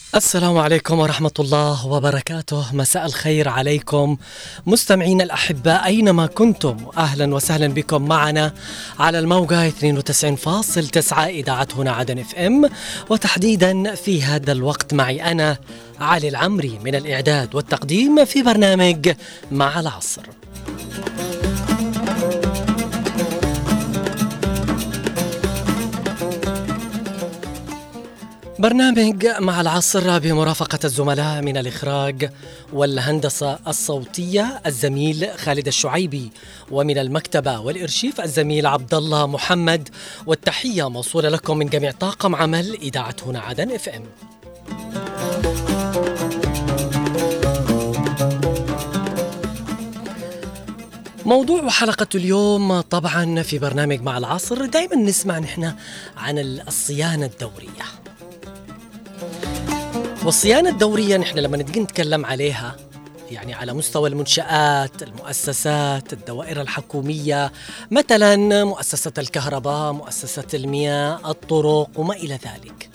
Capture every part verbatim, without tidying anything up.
السلام عليكم ورحمة الله وبركاته. مساء الخير عليكم مستمعين الأحباء أينما كنتم، أهلا وسهلا بكم معنا على الموجة اثنين وتسعين فاصلة تسعة إذاعة هنا عدن اف ام، وتحديدا في هذا الوقت معي أنا علي العمري من الإعداد والتقديم في برنامج مع العصر. برنامج مع العصر بمرافقة الزملاء من الإخراج والهندسة الصوتية الزميل خالد الشعيبي، ومن المكتبة والإرشيف الزميل عبد الله محمد، والتحية موصولة لكم من جميع طاقم عمل إذاعة هنا عدن اف ام. موضوع حلقة اليوم طبعا في برنامج مع العصر دائما نسمع نحن عن الصيانة الدورية، والصيانة الدورية نحن لما نجي نتكلم عليها يعني على مستوى المنشآت، المؤسسات، الدوائر الحكومية، مثلا مؤسسة الكهرباء، مؤسسة المياه، الطرق وما إلى ذلك،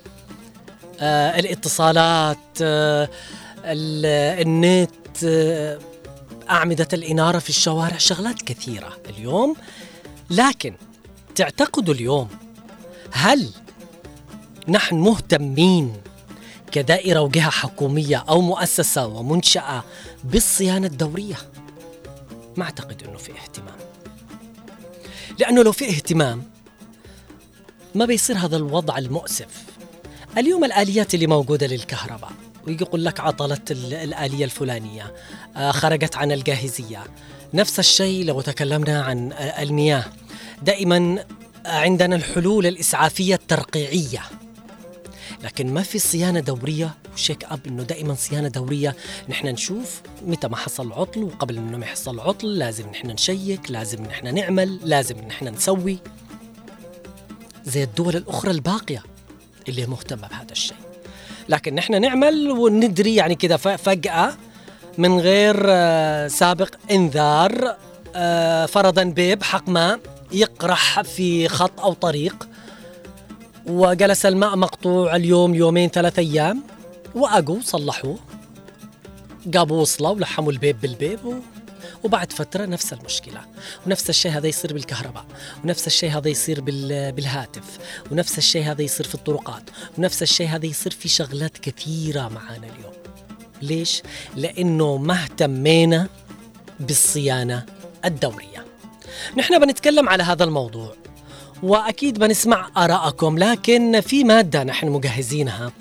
آه الاتصالات، آه النت، آه أعمدة الإنارة في الشوارع، شغلات كثيرة اليوم. لكن تعتقدوا اليوم هل نحن مهتمين كدائرة وجهة حكومية أو مؤسسة ومنشأة بالصيانة الدورية؟ ما أعتقد أنه في اهتمام، لأنه لو في اهتمام ما بيصير هذا الوضع المؤسف. اليوم الآليات اللي موجودة للكهرباء ويقول لك عطلت الآلية الفلانية، آه خرجت عن الجاهزية. نفس الشيء لو تكلمنا عن المياه، دائما عندنا الحلول الإسعافية الترقيعية، لكن ما في صيانة دورية وشيك أب، إنه دائما صيانة دورية. نحن نشوف متى ما حصل عطل، وقبل إنه ما يحصل عطل لازم نحن نشيك، لازم نحن نعمل، لازم نحن نسوي زي الدول الأخرى الباقية اللي مهتمة بهذا الشيء. لكن نحن نعمل وندري يعني كده فجأة من غير سابق إنذار، فرضا بيب حق ماء يقرح في خط أو طريق، وجلس الماء مقطوع اليوم يومين ثلاث أيام، وأجوا صلحوه، جابوا وصلة ولحموا البيب بالبيب، وبعد فترة نفس المشكلة. ونفس الشيء هذا يصير بالكهرباء، ونفس الشيء هذا يصير بالهاتف، ونفس الشيء هذا يصير في الطرقات، ونفس الشيء هذا يصير في شغلات كثيرة معانا اليوم. ليش؟ لأنه ما اهتمينا بالصيانة الدورية. نحن بنتكلم على هذا الموضوع وأكيد بنسمع آراءكم، لكن في مادة نحن مجهزينها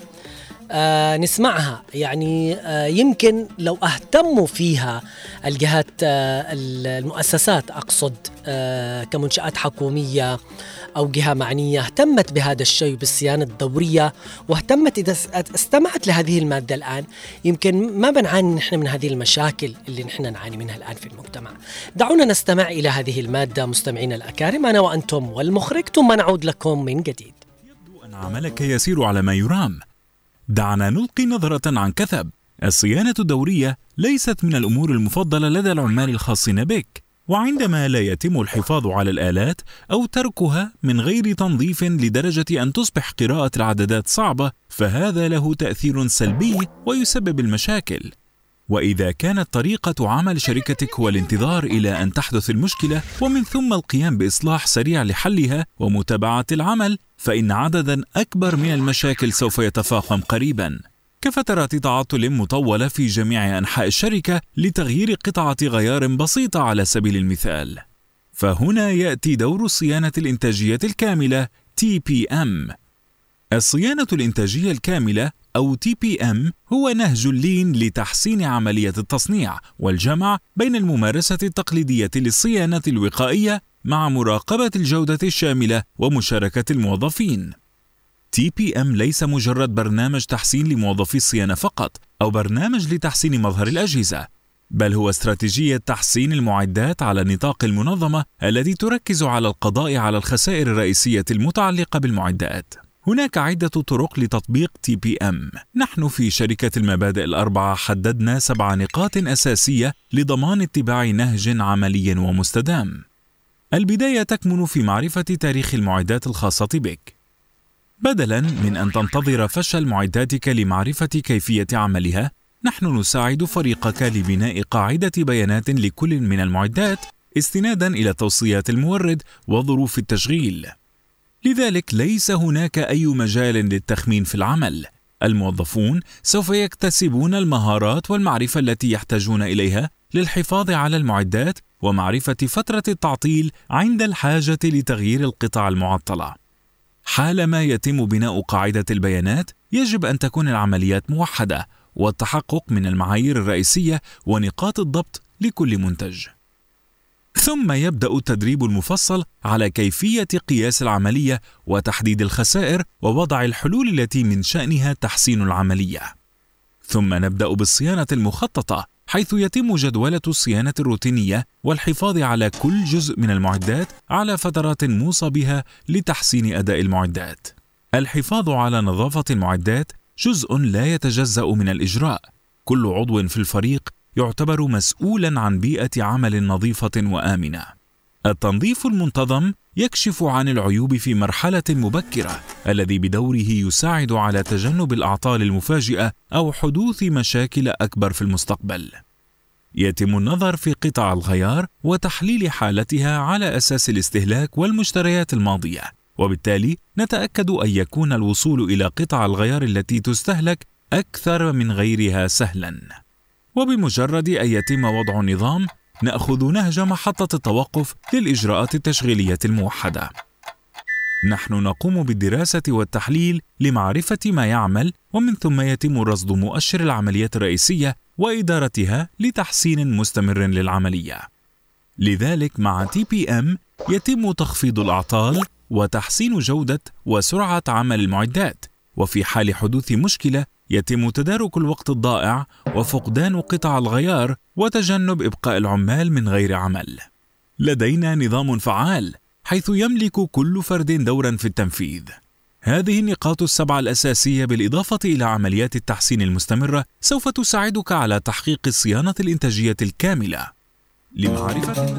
آه نسمعها، يعني آه يمكن لو اهتموا فيها الجهات، آه المؤسسات أقصد، آه كمنشآت حكومية أو جهة معنية اهتمت بهذا الشيء بالصيانة الدورية، واهتمت إذا استمعت لهذه المادة الآن، يمكن ما بنعاني نحن من هذه المشاكل اللي نحن نعاني منها الآن في المجتمع. دعونا نستمع إلى هذه المادة مستمعين الأكارم، أنا وأنتم والمخرج، ثم نعود لكم من جديد. يبدو أن عملك يسير على ما يرام. دعنا نلقي نظرة عن كثب. الصيانة الدورية ليست من الأمور المفضلة لدى العمال الخاصين بك، وعندما لا يتم الحفاظ على الآلات أو تركها من غير تنظيف لدرجة أن تصبح قراءة العدادات صعبة، فهذا له تأثير سلبي ويسبب المشاكل. وإذا كانت طريقة عمل شركتك هو الانتظار إلى أن تحدث المشكلة ومن ثم القيام بإصلاح سريع لحلها ومتابعة العمل، فإن عددا أكبر من المشاكل سوف يتفاقم قريبا، كفترات تعطل مطولة في جميع أنحاء الشركة لتغيير قطعة غيار بسيطة على سبيل المثال. فهنا يأتي دور الصيانة الإنتاجية الكاملة تي بي إم. الصيانة الإنتاجية الكاملة أو تي بي إم هو نهج لين لتحسين عملية التصنيع والجمع بين الممارسة التقليدية للصيانة الوقائية مع مراقبة الجودة الشاملة ومشاركة الموظفين. تي بي إم ليس مجرد برنامج تحسين لموظفي الصيانة فقط أو برنامج لتحسين مظهر الأجهزة، بل هو استراتيجية تحسين المعدات على نطاق المنظمة التي تركز على القضاء على الخسائر الرئيسية المتعلقة بالمعدات. هناك عدة طرق لتطبيق تي بي إم. نحن في شركة المبادئ الأربعة حددنا سبع نقاط أساسية لضمان اتباع نهج عملي ومستدام. البداية تكمن في معرفة تاريخ المعدات الخاصة بك. بدلاً من أن تنتظر فشل معداتك لمعرفة كيفية عملها، نحن نساعد فريقك لبناء قاعدة بيانات لكل من المعدات استناداً إلى توصيات المورد وظروف التشغيل. لذلك ليس هناك أي مجال للتخمين في العمل. الموظفون سوف يكتسبون المهارات والمعرفة التي يحتاجون إليها للحفاظ على المعدات ومعرفة فترة التعطيل عند الحاجة لتغيير القطع المعطلة. حالما يتم بناء قاعدة البيانات، يجب أن تكون العمليات موحدة والتحقق من المعايير الرئيسية ونقاط الضبط لكل منتج. ثم يبدأ التدريب المفصل على كيفية قياس العملية وتحديد الخسائر ووضع الحلول التي من شأنها تحسين العملية. ثم نبدأ بالصيانة المخططة، حيث يتم جدولة الصيانة الروتينية والحفاظ على كل جزء من المعدات على فترات موصى بها لتحسين أداء المعدات. الحفاظ على نظافة المعدات جزء لا يتجزأ من الإجراء. كل عضو في الفريق يعتبر مسؤولاً عن بيئة عمل نظيفة وآمنة. التنظيف المنتظم يكشف عن العيوب في مرحلة مبكرة، الذي بدوره يساعد على تجنب الأعطال المفاجئة أو حدوث مشاكل أكبر في المستقبل. يتم النظر في قطع الغيار وتحليل حالتها على أساس الاستهلاك والمشتريات الماضية، وبالتالي نتأكد أن يكون الوصول إلى قطع الغيار التي تستهلك أكثر من غيرها سهلاً. وبمجرد أن يتم وضع النظام، نأخذ نهج محطة التوقف للإجراءات التشغيلية الموحدة. نحن نقوم بالدراسة والتحليل لمعرفة ما يعمل، ومن ثم يتم رصد مؤشر العمليات الرئيسية وإدارتها لتحسين مستمر للعملية. لذلك مع تي بي إم يتم تخفيض الأعطال وتحسين جودة وسرعة عمل المعدات، وفي حال حدوث مشكلة يتم تدارك الوقت الضائع وفقدان قطع الغيار وتجنب إبقاء العمال من غير عمل. لدينا نظام فعال حيث يملك كل فرد دورا في التنفيذ. هذه النقاط السبعة الأساسية بالإضافة إلى عمليات التحسين المستمرة سوف تساعدك على تحقيق الصيانة الإنتاجية الكاملة. لمعرفة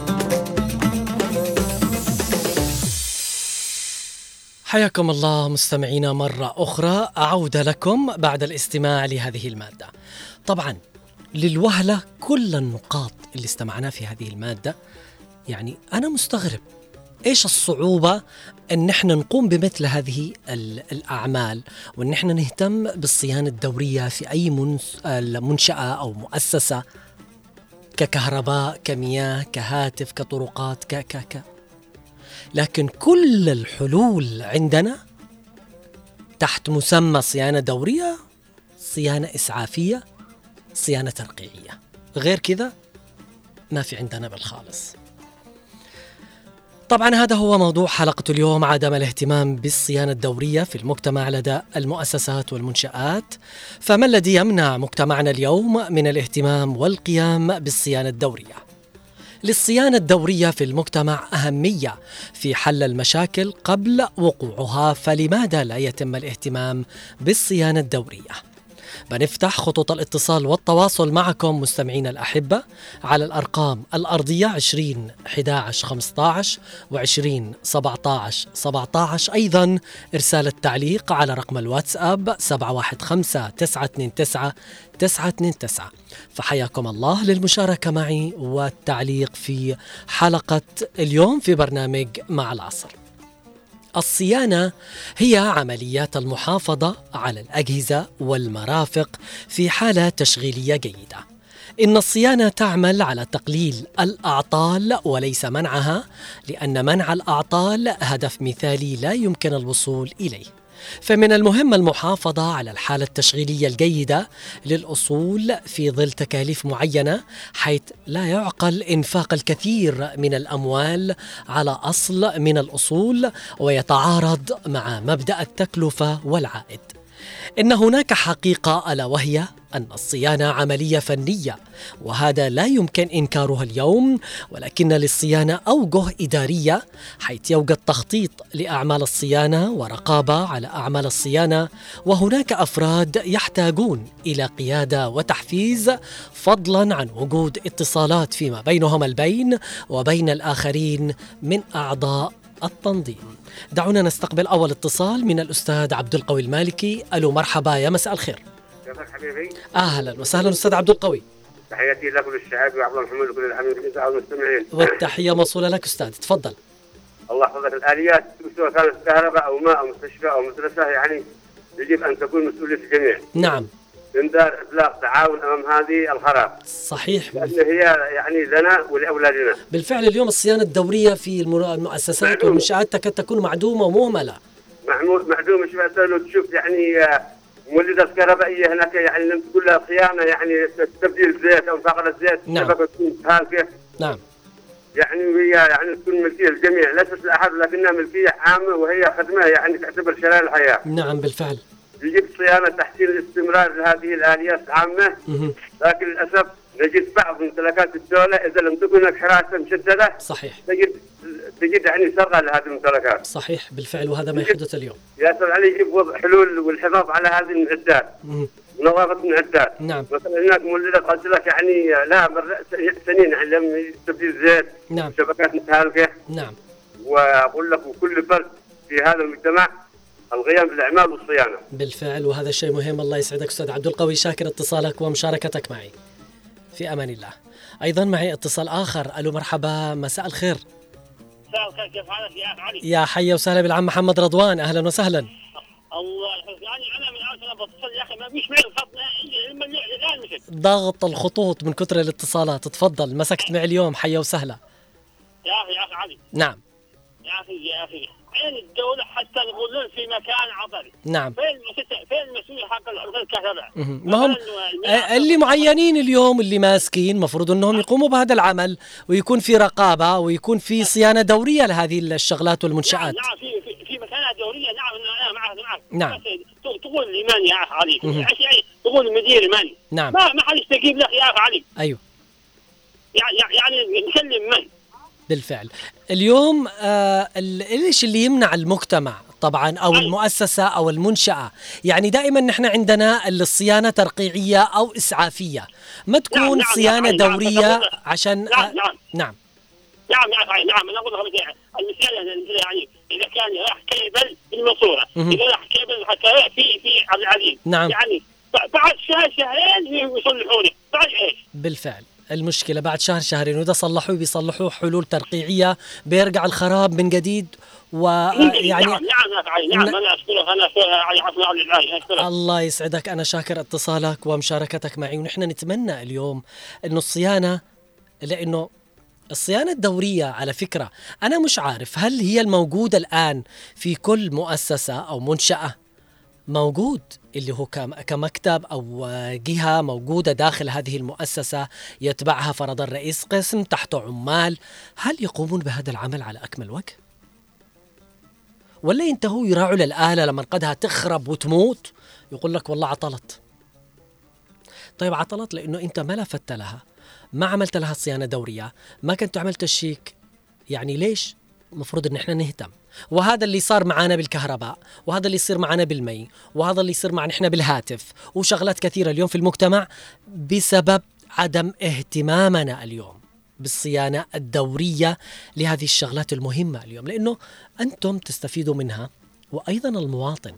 حياكم الله مستمعينا مرة أخرى، أعود لكم بعد الاستماع لهذه المادة. طبعا للوهلة كل النقاط اللي استمعنا في هذه المادة، يعني أنا مستغرب إيش الصعوبة أن نحن نقوم بمثل هذه الأعمال، وأن نحن نهتم بالصيانة الدورية في أي منشأة أو مؤسسة ككهرباء كمياه كهاتف كطرقات ك ك ك لكن كل الحلول عندنا تحت مسمى صيانة دورية، صيانة إسعافية، صيانة ترقيعية. غير كذا ما في عندنا بالخالص. طبعا هذا هو موضوع حلقة اليوم، عدم الاهتمام بالصيانة الدورية في المجتمع لدى المؤسسات والمنشآت. فما الذي يمنع مجتمعنا اليوم من الاهتمام والقيام بالصيانة الدورية؟ للصيانة الدورية في المجتمع أهمية في حل المشاكل قبل وقوعها، فلماذا لا يتم الاهتمام بالصيانة الدورية؟ بنفتح خطوط الاتصال والتواصل معكم مستمعينا الأحبة على الأرقام الأرضية عشرين أحد عشر خمسة عشر وعشرين سبعة عشر سبعة عشر، أيضا إرسال التعليق على رقم الواتساب سبعة واحد خمسة تسعة اثنين تسعة تسعة اثنين تسعة. فحياكم الله للمشاركة معي والتعليق في حلقة اليوم في برنامج مع العصر. الصيانة هي عمليات المحافظة على الأجهزة والمرافق في حالة تشغيلية جيدة. إن الصيانة تعمل على تقليل الأعطال وليس منعها، لأن منع الأعطال هدف مثالي لا يمكن الوصول إليه. فمن المهم المحافظة على الحالة التشغيلية الجيدة للأصول في ظل تكاليف معينة، حيث لا يعقل إنفاق الكثير من الأموال على أصل من الأصول ويتعارض مع مبدأ التكلفة والعائد. إن هناك حقيقة ألا وهي أن الصيانة عملية فنية، وهذا لا يمكن إنكارها اليوم، ولكن للصيانة أوجه إدارية، حيث يوجد تخطيط لأعمال الصيانة ورقابة على أعمال الصيانة، وهناك أفراد يحتاجون إلى قيادة وتحفيز، فضلا عن وجود اتصالات فيما بينهم البين وبين الآخرين من أعضاء التنظيم. دعونا نستقبل أول اتصال من الأستاذ عبد القوي المالكي. ألو مرحبا، يا مساء الخير. كيفك حبيبي؟ أهلا وسهلا أستاذ عبد القوي. تحياتي لك وللشعب وعبد محمد وكل الحميد والمستمعين. والتحية موصولة لك أستاذ، تفضل. الله يحفظك. الآليات سواء كانت كهرباء أو ماء أو مستشفى أو مدرسة يعني يجب أن تكون مسؤولية الجميع. نعم. من دار إطلاق تعاون أمام هذه الخراب. صحيح. لأن هي يعني لنا ولأولادنا. بالفعل اليوم الصيانة الدورية في المؤسسات والمنشآت تكاد تكون معدومة ومهملة. معدومة. شو لو تشوف يعني مولدات كهربائية هناك يعني لم تكن لها صيانة، يعني تبديل الزيت أو انتقال الزيت. نعم. تكون هالكة. نعم. يعني هي يعني تكون ملكية الجميع ليست لأحد، لكنها ملكية عامة وهي خدمة يعني تعتبر شرائع الحياة. نعم بالفعل. يجب صيانة تحسين الاستمرار لهذه الآليات العامة، لكن للأسف نجد بعض ممتلكات الدولة إذا لم تكن هناك حراسة مشددة صحيح تجد تجد يعني سرقة لهذه الممتلكات. صحيح بالفعل، وهذا ما يحدث اليوم. يا أستاذ علي يجب وضع حلول والحفاظ على هذه المعدات، منظمة المعدات. نعم. مثلا هناك مولدات قلت لك يعني لا سنين يعني لم تبديل زيت. نعم. شبكات متهالكة. نعم. وأقول لك وكل فرد في هذا المجتمع القيام بالأعمال والصيانة. بالفعل، وهذا الشيء مهم. الله يسعدك أستاذ عبد القوي، شاكر اتصالك ومشاركتك معي. في أمان الله. أيضا معي اتصال آخر. ألو مرحبا، مساء الخير. مساء الخير، كيف حالك يا أخي علي؟ يا حي وسهلا بالعم محمد رضوان، أهلا وسهلا. الله يحفظك. يعني أنا من أول سنة بتصل يا أخي ما فيش معي الخط الآن مشت. ضغط الخطوط من كثر الاتصالات. تفضل، مسكت معي اليوم، حي وسهلا. يا أخي يا أخي علي. نعم. يا أخي يا أخي عين الدولة حتى يقولون في مكان عطري. نعم. فين فين المسؤول حق الكهرباء؟ ما هم اللي معينين اليوم اللي ماسكين مفروض انهم يقوموا بهذا العمل، ويكون في رقابة ويكون في صيانة دورية لهذه الشغلات والمنشآت. نعم, نعم في في, في مكانات دورية. نعم انا معك معك. نعم. تقول الإيمان يا أخي علي. يعني تقول المدير المالي. نعم. ما ما حد يستجيب لك يا أخي علي. أيوه. يعني يعني نكلم من؟ بالفعل اليوم آه ليش اللي يمنع المجتمع طبعا أو المؤسسة أو المنشأة؟ يعني دائما نحن عندنا الصيانة ترقيعية أو إسعافية، ما تكون نعم نعم صيانة نعم دورية نعم عشان نعم آه نعم نعم نعم نعم نعم أنا أقول لك المثال يعني إذا كان راح كيبل بالماسورة، إذا راح كيبل حتى في في عبد العزيز. نعم. يعني بعد شهر شهرين يصلحونه، بعد إيش؟ بالفعل المشكلة بعد شهر شهرين، وإذا صلحوه بيصلحوه حلول ترقيعية بيرجع الخراب من جديد. ويعني نعم نعم نعم أنا أشكرك أنا أشكرك. الله يسعدك، أنا شاكر اتصالك ومشاركتك معي. ونحن نتمنى اليوم إنه الصيانة، لأنه الصيانة الدورية على فكرة أنا مش عارف هل هي الموجودة الآن في كل مؤسسة أو منشأة موجود اللي هو كمكتب أو جهة موجودة داخل هذه المؤسسة يتبعها فرضا رئيس قسم تحته عمال، هل يقومون بهذا العمل على أكمل وجه؟ ولا ينتهوا يراعوا للآلة لما قدها تخرب وتموت يقول لك والله عطلت. طيب عطلت لأنه أنت ما لفت لها، ما عملت لها صيانة دورية، ما كنت عملت الشيك. يعني ليش؟ مفروض ان احنا نهتم. وهذا اللي صار معنا بالكهرباء، وهذا اللي يصير معنا بالمي، وهذا اللي يصير معنا احنا بالهاتف، وشغلات كثيرة اليوم في المجتمع بسبب عدم اهتمامنا اليوم بالصيانة الدورية لهذه الشغلات المهمة اليوم، لأنه أنتم تستفيدوا منها وأيضا المواطن.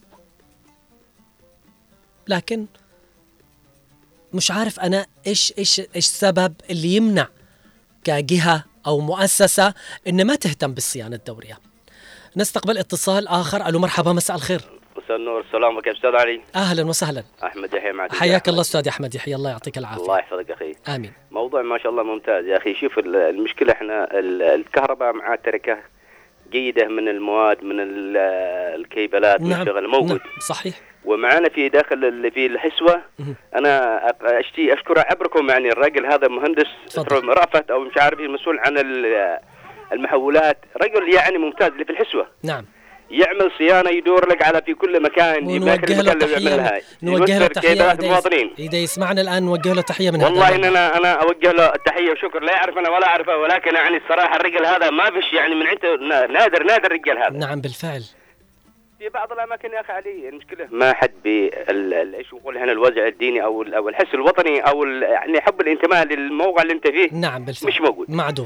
لكن مش عارف أنا إيش إيش إيش السبب اللي يمنع كجهة أو مؤسسة إن ما تهتم بالصيانة الدورية. نستقبل اتصال آخر. ألو مرحبا، مساء الخير. مساء النور، السلام عليكم أستاذ علي. أهلا وسهلا. أحمد يحيى معك. حياك الله أستاذ أحمد يحيى، الله يعطيك العافية. الله يحفظك أخي. آمين. موضوع ما شاء الله ممتاز يا أخي. شوف المشكلة إحنا الكهرباء مع تركة جيدة من المواد من الكيبلات. نعم. والشغل موجود. نعم. صحيح. ومعنا في داخل اللي في الحسوة أنا أشتي أشكر عبركم يعني الرجل هذا مهندس رأفت أو مش عارف المسؤول عن المحولات، رجل يعني ممتاز اللي في الحسوة. نعم. يعمل صيانة يدور لك على في كل مكان. ونوجه له تحية. نوجه له تحية المواطنين. إذا يسمعنا الآن نوجه له تحية من والله إن أنا أنا أوجه له التحية وشكر. لا يعرف أنا ولا أعرفه، ولكن يعني الصراحة الرجل هذا ما فيش يعني من عنده نادر نادر الرجال هذا. نعم بالفعل. في بعض الأماكن يا أخي علي المشكلة ما حد بال إيش نقول هنا الوازع الديني أو أو الحس الوطني أو يعني حب الانتماء للموقع اللي أنت فيه. نعم بالفعل. مش موجود. معدوم.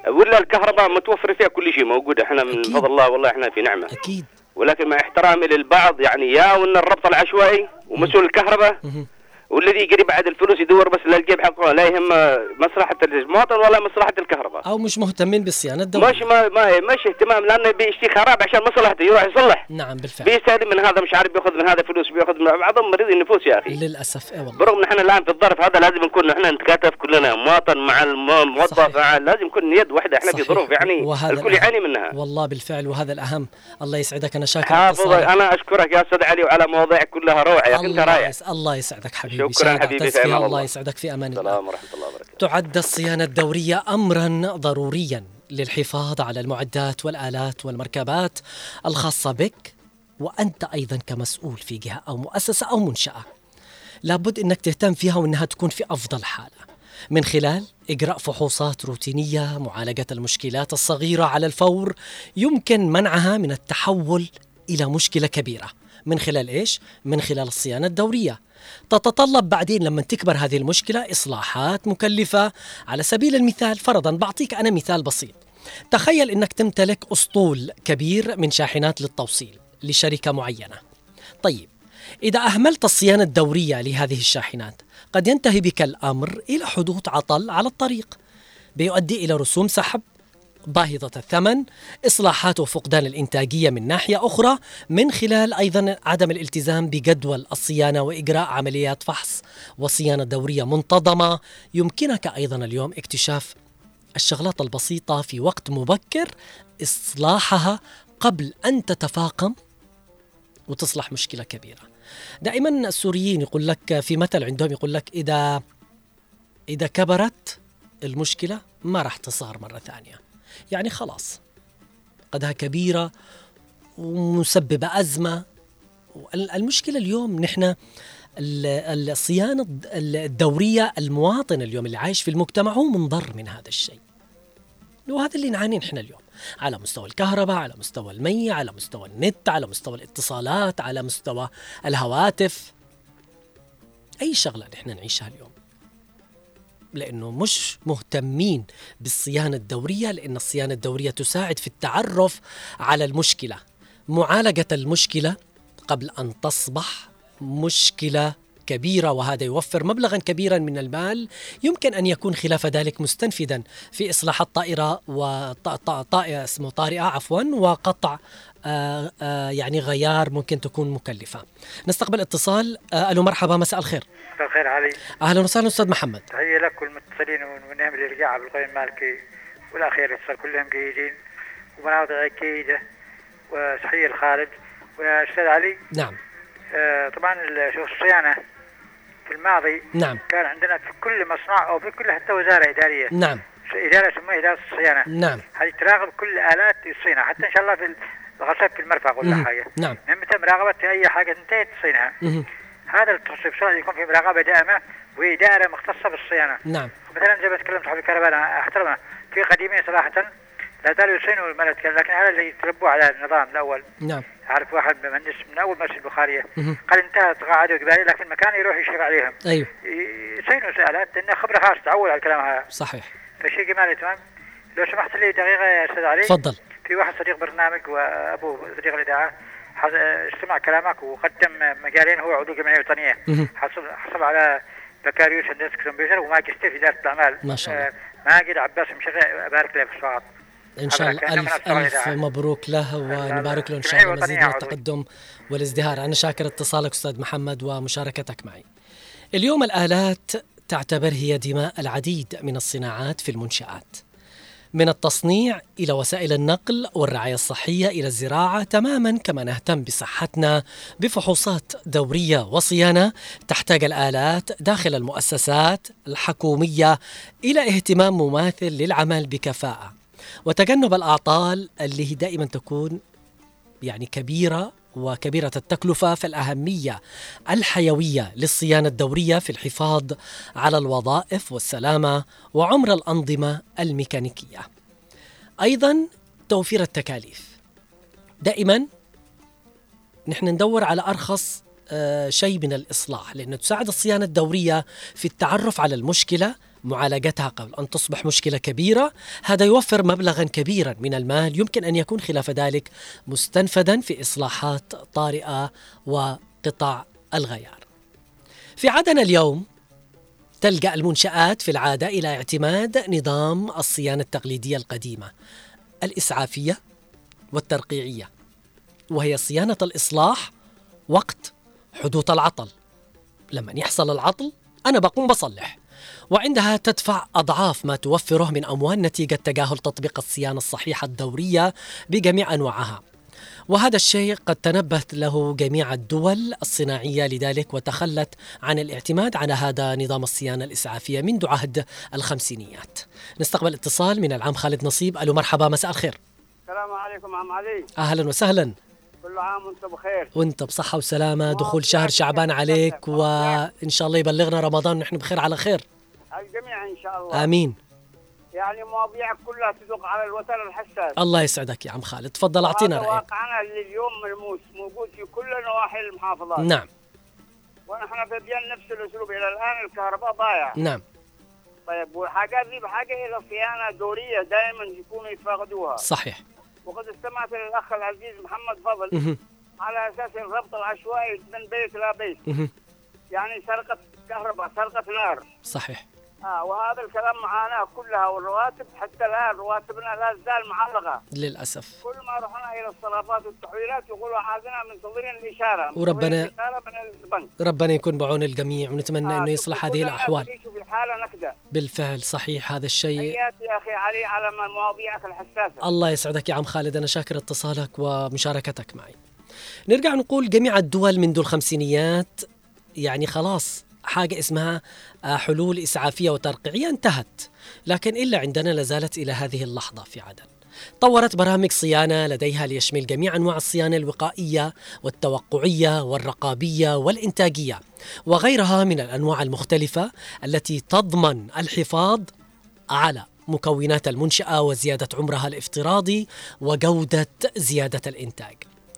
ولا الكهرباء متوفر فيها كل شيء موجود، احنا من أكيد. فضل الله والله احنا في نعمه اكيد، ولكن مع احترامي للبعض يعني يا وان الربط العشوائي ومسؤول الكهرباء والذي يقري بعد الفلوس يدور بس للجيب حقه، لا يهم مصلحة المواطن ولا مصلحة الكهرباء، أو مش مهتمين بالصيانة الدورية. مش ما ما مش اهتمام، لأنه بيشتي خراب عشان مصلحته يروح يصلح. نعم بالفعل. بيستخدم من هذا مش عارف بياخذ من هذا فلوس، بياخذ من بعضهم مريض النفوس يا أخي. للأسف إيه والله. برغم نحن الآن في الظرف هذا لازم نكون نحن نتكاتف كلنا، مواطن مع الموظف مع لازم نكون يد واحدة، احنا في ظروف يعني الكل يعاني منها. والله بالفعل وهذا الأهم. الله يسعدك، أنا شاكر حافظ. أنا أشكرك يا أستاذ علي وعلى مواضيعك كلها روعة يا أخي، أنت رايح. الله يسعدك حبيبي. شكرا حبيبي، في الله. الله يسعدك، في أمان الله. السلام ورحمة الله وبركاته. تعد الصيانة الدورية أمرا ضروريا للحفاظ على المعدات والآلات والمركبات الخاصة بك، وأنت أيضا كمسؤول في جهة أو مؤسسة أو منشأة لابد أنك تهتم فيها وأنها تكون في أفضل حالة، من خلال إجراء فحوصات روتينية، معالجة المشكلات الصغيرة على الفور يمكن منعها من التحول إلى مشكلة كبيرة. من خلال إيش؟ من خلال الصيانة الدورية. تتطلب بعدين لما تكبر هذه المشكلة إصلاحات مكلفة. على سبيل المثال فرضاً بعطيك أنا مثال بسيط، تخيل أنك تمتلك أسطول كبير من شاحنات للتوصيل لشركة معينة. طيب إذا أهملت الصيانة الدورية لهذه الشاحنات قد ينتهي بك الأمر إلى حدوث عطل على الطريق بيؤدي إلى رسوم سحب باهظة الثمن، إصلاحات وفقدان الإنتاجية من ناحية أخرى، من خلال أيضا عدم الالتزام بجدول الصيانة وإجراء عمليات فحص وصيانة دورية منتظمة. يمكنك أيضا اليوم اكتشاف الشغلات البسيطة في وقت مبكر، إصلاحها قبل أن تتفاقم وتصلح مشكلة كبيرة. دائما السوريين يقول لك في مثل عندهم يقول لك إذا إذا كبرت المشكلة ما راح تصار مرة ثانية، يعني خلاص قدها كبيرة ومسببة أزمة. المشكلة اليوم نحن الصيانة الدورية، المواطن اليوم اللي عايش في المجتمع هو منضر من هذا الشيء، وهذا اللي نعاني نحن اليوم على مستوى الكهرباء، على مستوى المي، على مستوى النت، على مستوى الاتصالات، على مستوى الهواتف، أي شغلة نحن نعيشها اليوم، لأنه مش مهتمين بالصيانة الدورية، لأن الصيانة الدورية تساعد في التعرف على المشكلة، معالجة المشكلة قبل أن تصبح مشكلة كبيرة، وهذا يوفر مبلغا كبيرا من المال يمكن أن يكون خلاف ذلك مستنفذا في إصلاح الطائرة وطائرة اسمه طارئة عفوا وقطع آآ آآ يعني غيار ممكن تكون مكلفة. نستقبل اتصال. ألو مرحبا، مساء الخير. مساء الخير علي. أهلا وسهلا أستاذ محمد. تحية لك والمتصلين ونعم الإرجاع بالقيم المالكي والأخير اتصال كلهم جيدين ومناطق جيدة وصحية الخالد. وأستاذ علي نعم آه طبعا شو الصيانة في الماضي نعم كان عندنا في كل مصنع أو في كل حتى وزارة إدارية نعم إدارة اسمها إدارة الصيانة نعم هذه تراقب كل آلات الصيانة حتى إن شاء الله في الغسل في المرفق ولا حاجة. نعم متى مراقبة أي حاجة انتهت تصينها. هذا التصريف يكون في مراقبة دائمة وإدارة مختصة بالصيانة. نعم مثلا زي ما تكلمت حول الكهرباء أنا أحترمها في قديمين صراحة لا زالوا يصينوا الملك، لكن هذا اللي يتربوا على النظام الأول. نعم عارف واحد مهندس من أول مسجد البخارية قال انتهى تقاعدوا قبالي لكن المكان يروح يشرف عليهم. أيوه يصينوا سؤالات لأنه خبرة خاصة تعود على الكلام هذا. صحيح. فشيء جمالي تمام. لو سمحت لي دقيقة يا أستاذ علي. تفضل. في واحد صديق برنامج وأبو صديق الإذاعة استمع كلامك وقدم مجالين، هو عضو جمعية وطنية حصل حصل على بكالوريوس هندسة كمبيوتر وماجستير في إدارة الأعمال. ما شاء الله. آه ماجد عباس مشغل أبارك له في الصواب. إن شاء الله ألف ألف مبروك له ونبارك له إن شاء الله مزيد من التقدم والازدهار. أنا شاكر اتصالك أستاذ محمد ومشاركتك معي. اليوم الآلات تعتبر هي دماء العديد من الصناعات في المنشآت، من التصنيع إلى وسائل النقل والرعاية الصحية إلى الزراعة، تماما كما نهتم بصحتنا بفحوصات دورية وصيانة. تحتاج الآلات داخل المؤسسات الحكومية إلى اهتمام مماثل للعمل بكفاءة وتجنب الأعطال اللي دائما تكون يعني كبيرة وكبيرة التكلفة. فالأهمية الحيوية للصيانة الدورية في الحفاظ على الوظائف والسلامة وعمر الأنظمة الميكانيكية. أيضا توفير التكاليف، دائما نحن ندور على أرخص آه شيء من الإصلاح، لأنه تساعد الصيانة الدورية في التعرف على المشكلة معالجتها قبل أن تصبح مشكلة كبيرة. هذا يوفر مبلغا كبيرا من المال يمكن أن يكون خلاف ذلك مستنفذا في إصلاحات طارئة وقطع الغيار. في عدن اليوم تلجأ المنشآت في العادة إلى اعتماد نظام الصيانة التقليدية القديمة الإسعافية والترقيعية، وهي صيانة الإصلاح وقت حدوث العطل. لما يحصل العطل أنا بقوم بصلح، وعندها تدفع أضعاف ما توفره من أموال نتيجة تجاهل تطبيق الصيانة الصحيحة الدورية بجميع أنواعها. وهذا الشيء قد تنبهت له جميع الدول الصناعية لذلك وتخلت عن الاعتماد على هذا نظام الصيانة الإسعافية منذ عهد الخمسينيات. نستقبل اتصال من العم خالد نصيب. ألو مرحبا، مساء الخير. السلام عليكم عم علي. أهلا وسهلا. كل عام وانت بخير. وانت بصحة وسلامة، دخول شهر شعبان عليك وإن شاء الله يبلغنا رمضان ونحن بخير على خير. الجميع إن شاء الله. آمين. يعني مواضيعك كلها تدق على الوتر الحساس. الله يسعدك يا عم خالد، تفضل أعطينا رأيك. واقعنا اللي اليوم ملموس موجود في كل نواحي المحافظات. نعم. ونحن بدينا نفس الأسلوب إلى الآن، الكهرباء ضايع. نعم. طيب والحاجات دي بحاجة إلى صيانة دورية دائما يكونوا يتفاقدوها. صحيح. وقد استمعت للأخ العزيز محمد فضل مه. على أساس الربط العشوائي من بيت لا بيت. مه. يعني سرقة كهرباء، سرقة نار. صحيح. آه وهذا الكلام معاناة كلها، والرواتب حتى الآن رواتبنا لا تزال معلقة للأسف. كل ما رحنا إلى الصرافات والتحويلات يقولوا عادنا منتظرين الإشارة، وربنا الإشارة من البنك. ربنا يكون بعون الجميع، ونتمنى آه أنه يصلح هذه الأحوال. في حالة نكدة. بالفعل صحيح هذا الشيء. حياتي يا أخي علي على مواضيعك الحساسة. الله يسعدك يا عم خالد، أنا شاكر اتصالك ومشاركتك معي. نرجع نقول جميع الدول منذ الخمسينيات يعني خلاص حاجة اسمها حلول إسعافية وترقيعية انتهت، لكن إلا عندنا لازالت إلى هذه اللحظة في عدن. طورت برامج صيانة لديها ليشمل جميع أنواع الصيانة الوقائية والتوقعية والرقابية والإنتاجية وغيرها من الأنواع المختلفة التي تضمن الحفاظ على مكونات المنشأة وزيادة عمرها الافتراضي وجودة زيادة الإنتاج.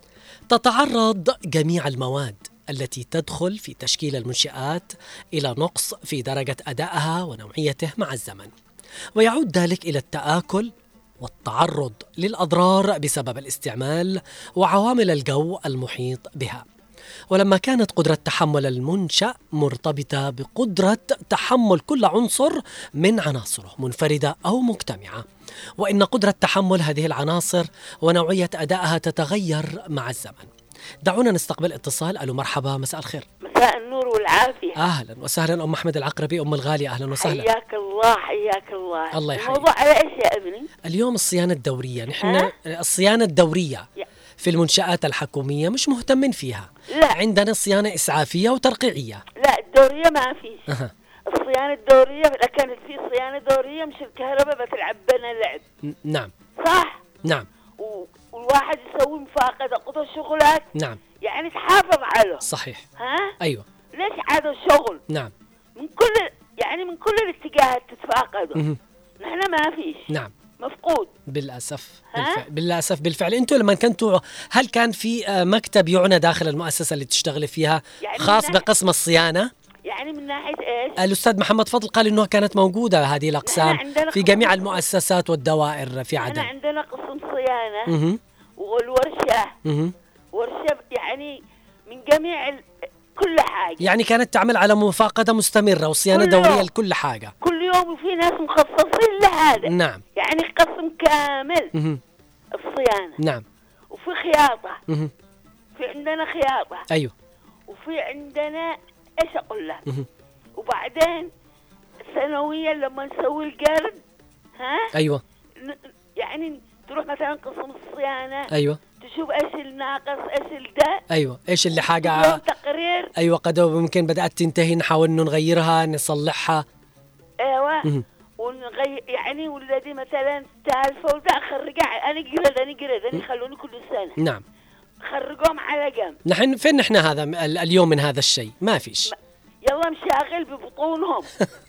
تتعرض جميع المواد التي تدخل في تشكيل المنشآت إلى نقص في درجة أدائها ونوعيته مع الزمن، ويعود ذلك إلى التآكل والتعرض للأضرار بسبب الاستعمال وعوامل الجو المحيط بها. ولما كانت قدرة تحمل المنشأ مرتبطة بقدرة تحمل كل عنصر من عناصره منفردة أو مجتمعة، وإن قدرة تحمل هذه العناصر ونوعية أدائها تتغير مع الزمن. دعونا نستقبل اتصال. ألو مرحبا، مساء الخير. مساء النور والعافية. أهلا وسهلا أم أحمد العقربي أم الغالية، أهلا وسهلا. حياك الله حياك الله. الله يحييك. الموضوع على إيش يا ابني؟ اليوم الصيانة الدورية، نحن الصيانة الدورية في المنشآت الحكومية مش مهتمين فيها. لا. عندنا صيانة إسعافية وترقيعية. لا الدورية ما فيش. أه. الصيانة الدورية إذا كانت في صيانة دورية مش الكهرباء بتلعب بنا لعب. ن- نعم. صح؟ نعم. و... والواحد يسوي مفاقدة قطع شغلات. نعم. يعني تحافظ عليه. صحيح. ها؟ أيوة. ليش هذا الشغل؟ نعم. من كل يعني من كل الاتجاهات تتفاقدوا. مه. نحن ما فيش. نعم. مفقود. بالأسف. ها؟ بالفعل. بالأسف بالفعل. أنتوا لما كنتوا هل كان في آه، مكتب يعنى داخل المؤسسة اللي تشتغلي فيها يعني خاص من بقسم الصيانة؟ يعني من ناحية إيش؟ الأستاذ محمد فضل قال إنه كانت موجودة هذه الأقسام عندنا في قسم- جميع المؤسسات والدوائر في احنا عدن. عندنا قسم صيانة مه. والورشة مه. ورشة يعني من جميع ال... كل حاجة. يعني كانت تعمل على مفاقدة مستمرة وصيانة كل دورية يوم. لكل حاجة. كل يوم في ناس مخصصين لهذا. نعم. يعني قسم كامل مه. الصيانة. نعم. وفي خياطة. مه. في عندنا خياطة. أيوه. وفي عندنا ايش اقول لك. مه. وبعدين سنويا لما نسوي القرد ها أيوه. ن... يعني تروح مثلا قسم الصيانة أيوه. تشوف ايش الناقص ايش الدا. أيوه. إيش اللي حاجة يوم تقرير. أيوه قد ممكن بدأت تنتهي نحاول إنه نغيرها نصلحها. ايوه. مه. ونغير يعني ولادي مثلا تالفه وذا خرجع انا قرد انا قرد انا يخلوني كل سنه. نعم. خرجوهم على جنب. نحن فين نحن هذا ال- اليوم من هذا الشيء ما فيش. يلا مشاغل ببطونهم.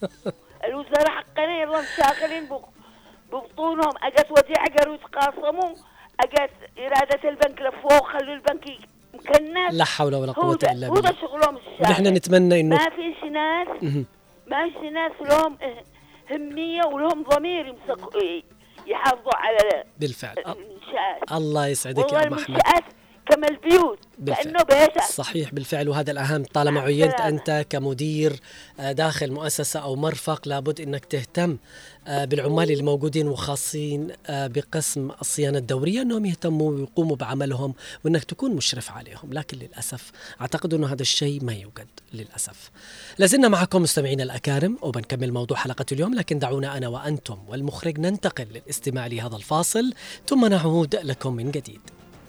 الوزراء حقنا يلا مشاغلين بق- ببطونهم. اجت وديعه قالوا يتقاسموا، اجت اراده البنك لفوق خلوا البنك ي- مكنس. لا حول ولا هو قوة ده إلا هو ده بالله. شغلهم الشاغل. نحن نتمنى إنه ما فيش ناس مه. ما فيش ناس لهم اه- همية ولهم ضمير يمسك يحافظوا على بالفعل. المنشآت. الله يسعدك يا أم أحمد. كما البيوت كأنه بيتك. صحيح بالفعل، وهذا الأهم. طالما عينت أنت كمدير داخل مؤسسة أو مرفق لابد أنك تهتم بالعمال الموجودين وخاصين بقسم الصيانة الدورية أنهم يهتموا ويقوموا بعملهم وأنك تكون مشرف عليهم. لكن للأسف أعتقد أن هذا الشيء ما يوجد للأسف. لازلنا معكم مستمعين الأكارم وبنكمل موضوع حلقة اليوم، لكن دعونا أنا وأنتم والمخرج ننتقل للاستماع لهذا الفاصل ثم نعود لكم من جديد.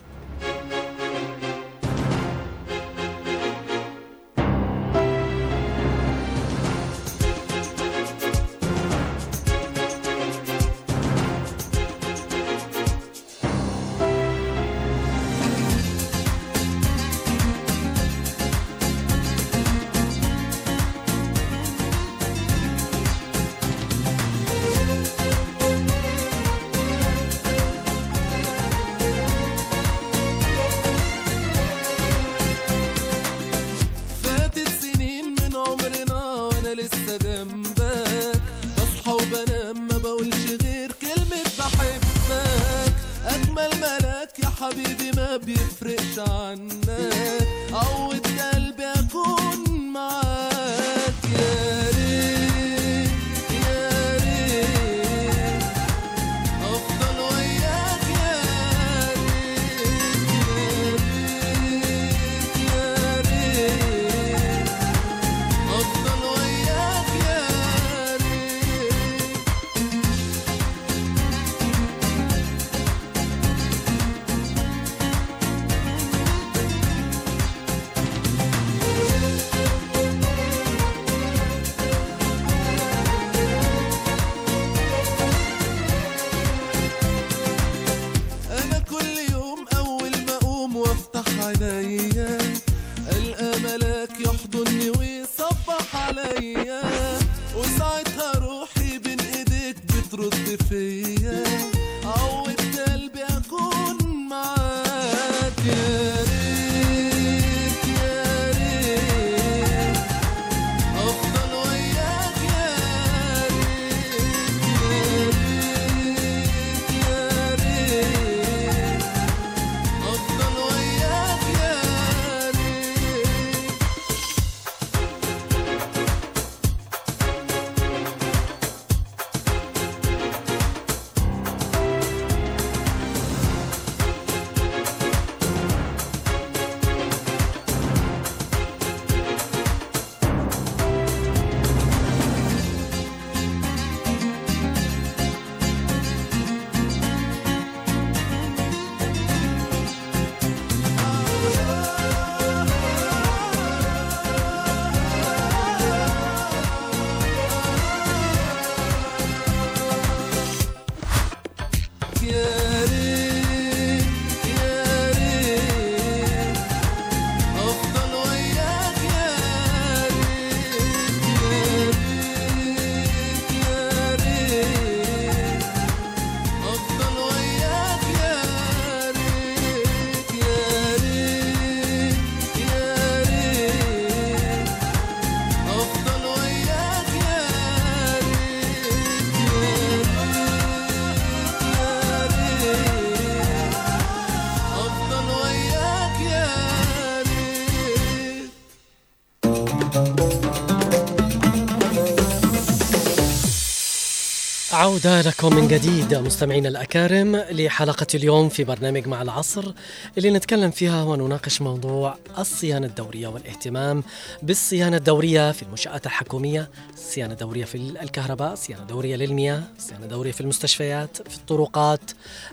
عودة لكم من جديد مستمعين الأكارم لحلقة اليوم في برنامج مع العصر اللي نتكلم فيها ونناقش موضوع الصيانة الدورية والاهتمام بالصيانة الدورية في المنشآت الحكومية، صيانة دورية في الكهرباء، صيانة دورية للمياه، صيانة دورية في المستشفيات، في الطرقات،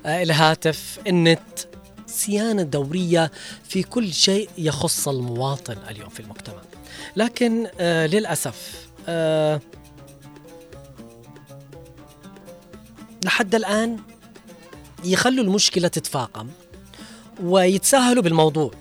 الهاتف، النت، صيانة دورية في كل شيء يخص المواطن اليوم في المجتمع. لكن آه للأسف آه لحد الآن يخلوا المشكلة تتفاقم ويتساهلوا بالموضوع.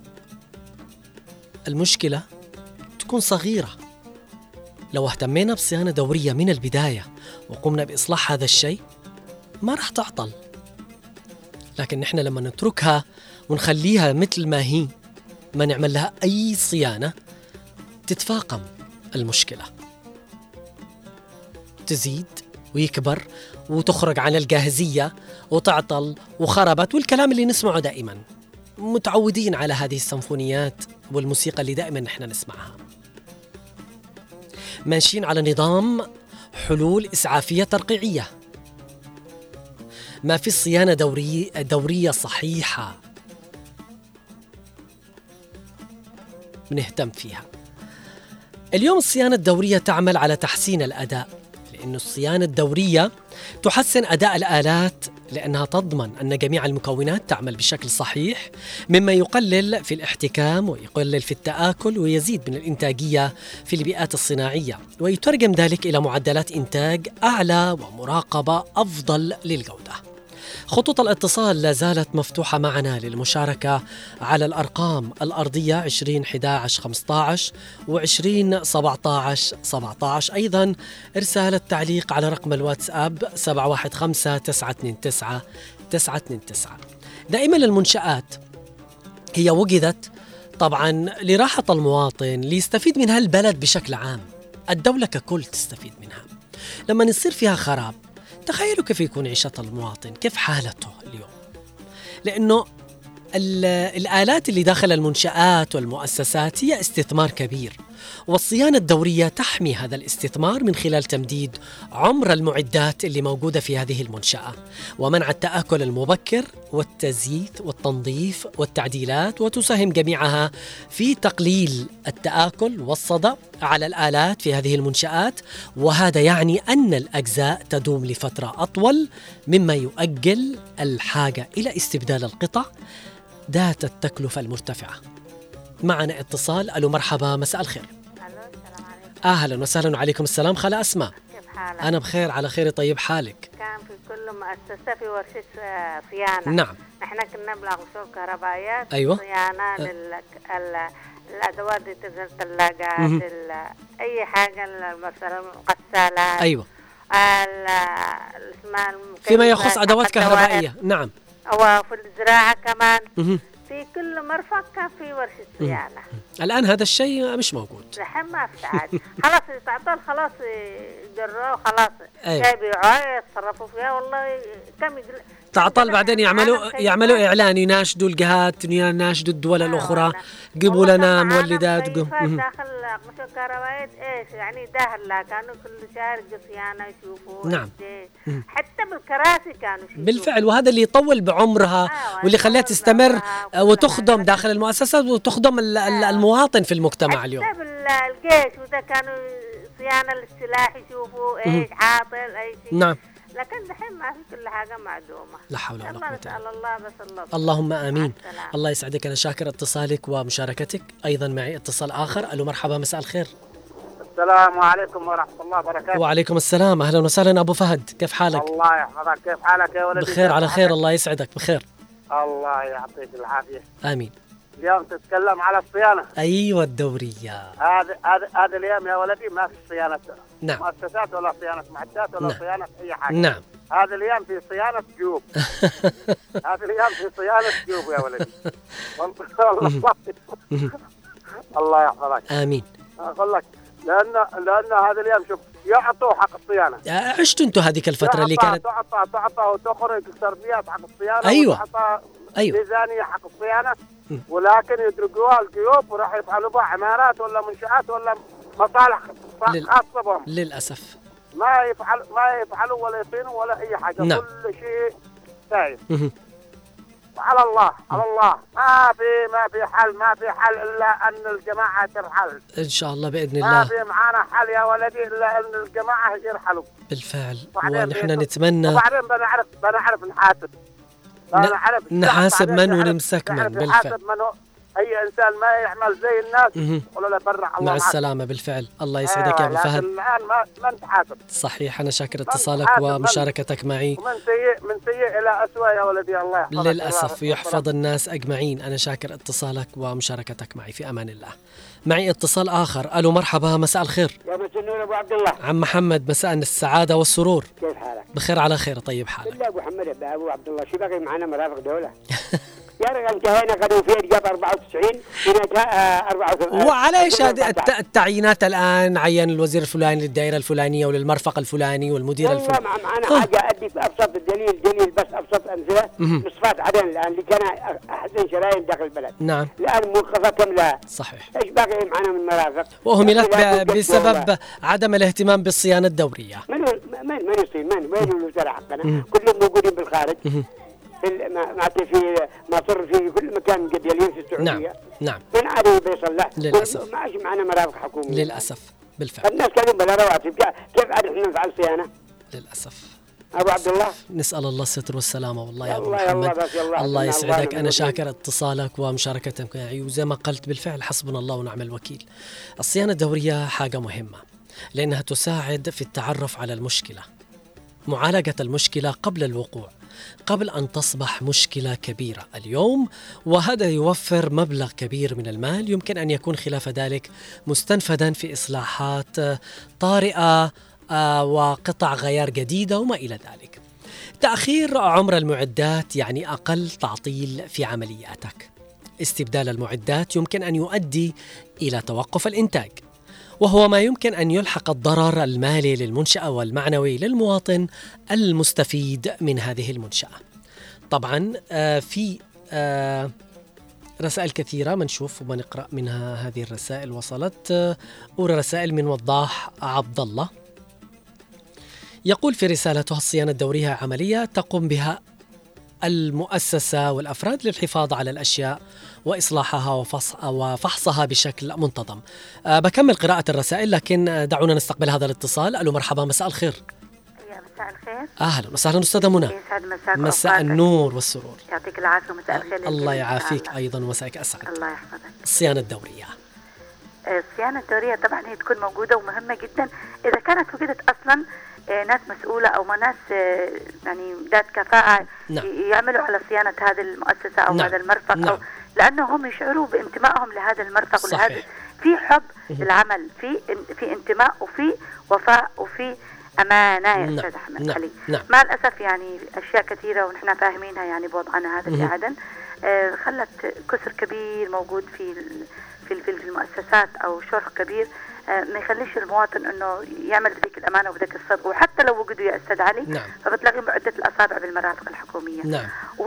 المشكلة تكون صغيرة لو اهتمينا بصيانة دورية من البداية وقمنا بإصلاح هذا الشيء ما راح تعطل. لكن نحن لما نتركها ونخليها مثل ما هي ما نعمل لها أي صيانة تتفاقم المشكلة تزيد ويكبر وتخرج عن الجاهزية وتعطل وخربت، والكلام اللي نسمعه دائما. متعودين على هذه السيمفونيات والموسيقى اللي دائما نحن نسمعها. ماشيين على نظام حلول إسعافية ترقيعية، ما في صيانة دورية, دورية صحيحة بنهتم فيها. اليوم الصيانة الدورية تعمل على تحسين الأداء، لأن الصيانة الدورية تحسن أداء الآلات لأنها تضمن أن جميع المكونات تعمل بشكل صحيح، مما يقلل في الاحتكام ويقلل في التآكل ويزيد من الإنتاجية في البيئات الصناعية، ويترجم ذلك إلى معدلات إنتاج أعلى ومراقبة أفضل للجودة. خطوط الاتصال لا زالت مفتوحة معنا للمشاركة على الأرقام الأرضية عشرين أحد عشر خمسة عشر وعشرين سبعة عشر سبعة عشر. أيضا إرسال التعليق على رقم الواتساب سبعة واحد خمسة تسعة اثنين تسعة تسعة اثنين تسعة. دائما المنشآت هي وجدت طبعا لراحة المواطن ليستفيد منها البلد بشكل عام، الدولة ككل تستفيد منها. لما يصير فيها خراب تخيلوا كيف يكون عيشة المواطن، كيف حالته اليوم، لأنه الآلات اللي داخل المنشآت والمؤسسات هي استثمار كبير، والصيانة الدورية تحمي هذا الاستثمار من خلال تمديد عمر المعدات اللي موجودة في هذه المنشأة، ومنع التآكل المبكر والتزييت والتنظيف والتعديلات، وتساهم جميعها في تقليل التآكل والصدأ على الآلات في هذه المنشآت، وهذا يعني أن الأجزاء تدوم لفترة أطول، مما يؤجل الحاجة إلى استبدال القطع ذات التكلفة المرتفعة. معنا اتصال. ألو مرحبا، مساء الخير. ألو السلام عليكم. أهلا وسهلا. وعليكم السلام. خالة أسماء، كيف حالك؟ أنا بخير على خير. طيب حالك؟ كان في كل مؤسسة في ورشة صيانة. نعم. نحن كنا نبلغ وصول كهربائيات. أيوة. صيانة أه. لل ال... الأدوات اللي تنزل الثلاجات، ال... أي حاجة، مثلا غسالات. أيوة. ال... اسمها فيما يخص أدوات كهربائية. نعم. وفي الزراعة كمان. مه. في كل مرفق كان في ورشة صيانة. الآن هذا الشيء مش موجود. الحين ما في عاد. خلاص تعطل، خلاص جروه، خلاص. أيوة. يبيعوها يتصرفوا فيها. والله كم يقل... تعطل بعدين يعملوا يعملوا إعلان، يناشدوا الجهات، يناشدوا الدول الأخرى جيبوا لنا مولدات. داخل قسم كهربائيات ايش يعني داخل لا كانوا كل شهر صيانة يشوفوا. نعم. حتى بالكراسي كانوا يشوفوا. بالفعل، وهذا اللي يطول بعمرها آه واللي خليها تستمر وتخدم داخل المؤسسات وتخدم آه. المواطن في المجتمع اليوم. حتى بالجيش وده كانوا صيانة للسلاح يشوفوا ايش عاطل اي شيء. نعم. لكن دحين ما في، كل حاجة معدومة. لا حول ولا قوة. الله نسأل الله بس الله. اللهم آمين. الله يسعدك. أنا شاكر اتصالك ومشاركتك. أيضا معي اتصال آخر. ألو مرحبا، مساء الخير. السلام عليكم ورحمة الله وبركاته. وعليكم السلام. أهلا وسهلا أبو فهد، كيف حالك؟ الله يحفظك. كيف حالك يا ولدي؟ بخير على خير، الله يسعدك. بخير. الله يعطيك العافية. آمين. اليوم تتكلم على الصيانة. أيوة الدورية. هذا هذا هذا اليوم يا ولدي ما في صيانة. نعم. مؤسسات ولا صيانة معدات ولا نعم. صيانة أي حاجة. نعم. هذا اليوم في صيانة جيوب. هذا اليوم في صيانة جيوب يا ولدي. والله الله يحفظك. آمين. أقول لك لأن لأن هذا اليوم شوف يعطوا حق الصيانة. عشتوا أنتوا هذيك الفترة اللي كانت تعطى تعطى وتخرج تربيات حق الصيانة. أيوة. وتعطى أيوة. ميزانية حق الصيانة. ولكن يدرجوها الجيوب وراح يفعلوا بها عمارات ولا منشآت ولا مصالح لل... خاصة بهم. للأسف ما يفعل ما يفعلوا ولا يصينوا ولا أي حاجة. نعم. كل شيء ساير. على الله على الله ما في ما في حل ما في حل إلا أن الجماعة ترحل. إن شاء الله بإذن ما الله. ما في معانا حل يا ولدي إلا أن الجماعة يرحلوا. بالفعل. ونحن نتمنى. وبعدين بنعرف بنعرف نحاسب. بنعرف نحاسب من ونمسك من. بالفعل. أي إنسان ما يعمل زي الناس ولا لا برع الله مع السلامة. بالفعل. الله يسعدك يا أبو فهد. الآن ما ما نتحاسب. صحيح. أنا شاكر اتصالك ومشاركتك معي. من سيء من سيء إلى أسوأ يا ولدي. الله يحفظك. للأسف يحفظ الناس أجمعين. أنا شاكر اتصالك ومشاركتك معي. في أمان الله. معي اتصال آخر. ألو مرحبا، مساء الله. يا مسنون أبو عبد الله. عم محمد، مساء السعادة والسرور. كيف حالك؟ بخير على خير. طيب حالك؟ بالله أبو محمد أبو عبد الله، شو باقي معنا مرافق دولة؟ يا رجل انتهينا قالوا في جاب أربعة وتسعين هنا جاء أربعة وثمانين. وعليش هذه التعيينات الآن؟ عين الوزير الفلاني للدائرة الفلانية وللمرفق الفلاني والمدير الفلاني. والله معنا حاجة أدي في أبسط الدليل دليل بس أبسط أمثلة. مصفات عدن الآن اللي كان أحسن شرايين داخل البلد. نعم. الآن موقفة كاملة. صحيح. إيش باقي معنا من مرافق؟ وهملت بسبب عدم الاهتمام بالصيانة الدورية. من من من يصير من وين الوزراء حقنا؟ كلهم موجودين بالخارج. في ما في مصر في كل مكان قبيلين في السعودية. نعم نعم. من عادي بيصلح. للأسف. ما عادش معنا مرافق حكومية. للأسف بالفعل. الناس كانوا بلا رواتب كيف عاد احنا نفعل صيانة؟ للأسف. أبو عبد الله نسأل الله الستر والسلامة والله يا أبو الله محمد. الله, الله يسعدك. أنا شاكر اتصالك ومشاركتك معي، وزي ما قلت بالفعل حسبنا الله ونعم الوكيل. الصيانة الدورية حاجة مهمة لأنها تساعد في التعرف على المشكلة، معالجة المشكلة قبل الوقوع، قبل أن تصبح مشكلة كبيرة اليوم، وهذا يوفر مبلغ كبير من المال يمكن أن يكون خلاف ذلك مستنفدا في إصلاحات طارئة وقطع غيار جديدة وما إلى ذلك. تأخير عمر المعدات يعني أقل تعطيل في عملياتك. استبدال المعدات يمكن أن يؤدي إلى توقف الإنتاج، وهو ما يمكن أن يلحق الضرر المالي للمنشأة والمعنوي للمواطن المستفيد من هذه المنشأة. طبعا في رسائل كثيرة منشوف ومنقرأ منها هذه الرسائل. وصلت أولى رسائل من وضاح عبد الله، يقول في رسالته: الصيانة الدورية عملية تقوم بها المؤسسة والأفراد للحفاظ على الأشياء وإصلاحها وفحصها بشكل منتظم. أه بكمل قراءة الرسائل، لكن دعونا نستقبل هذا الاتصال. ألو مرحبا، مساء الخير. يا مساء الخير. أهلا وسهلا أستاذة منى. يسعد مساك. مساء النور والسرور. يعطيك العافية ومساء الخير. الله يعافيك أيضا ومساك أسعد. الله يحفظك. الصيانة الدورية. الصيانة الدورية طبعا هي تكون موجودة ومهمة جدا إذا كانت وجدت أصلا ناس مسؤولة أو ناس يعني ذات كفاءة. نعم. يعملوا على صيانة هذه المؤسسة أو نعم. هذا المرفق. نعم. أو لأنه هم يشعروا بانتمائهم لهذا المرفق ولهذا في حب للعمل، في في انتماء وفي وفاء وفي أمانة يا نعم. أستاذ أحمد نعم. علي. نعم. مع الأسف يعني أشياء كثيرة ونحن فاهمينها يعني بوضعنا هذا في عدن آه خلت كسر كبير موجود في في في المؤسسات أو شرخ كبير آه ما يخليش المواطن انه يعمل بذيك الامانه وبذيك الصدق. وحتى لو وجدوا يا استاذ علي نعم. فبتلاقي بعده الاصابع بالمرافق الحكوميه. نعم.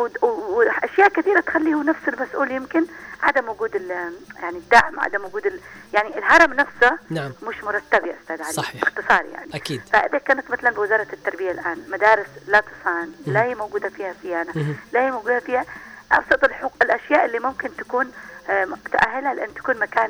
واشياء كثيره تخليه نفس المسؤول يمكن عدم وجود يعني الدعم، عدم وجود يعني الهرم نفسه. نعم. مش مرتب يا استاذ علي. صحيح. باختصار يعني اكيد. فاذا كانت مثلا بوزاره التربيه الان مدارس لا تصان، لا هي موجوده فيها صيانه، لا هي موجوده فيها ابسط الحقوق الاشياء اللي ممكن تكون تأهلها لأن تكون مكان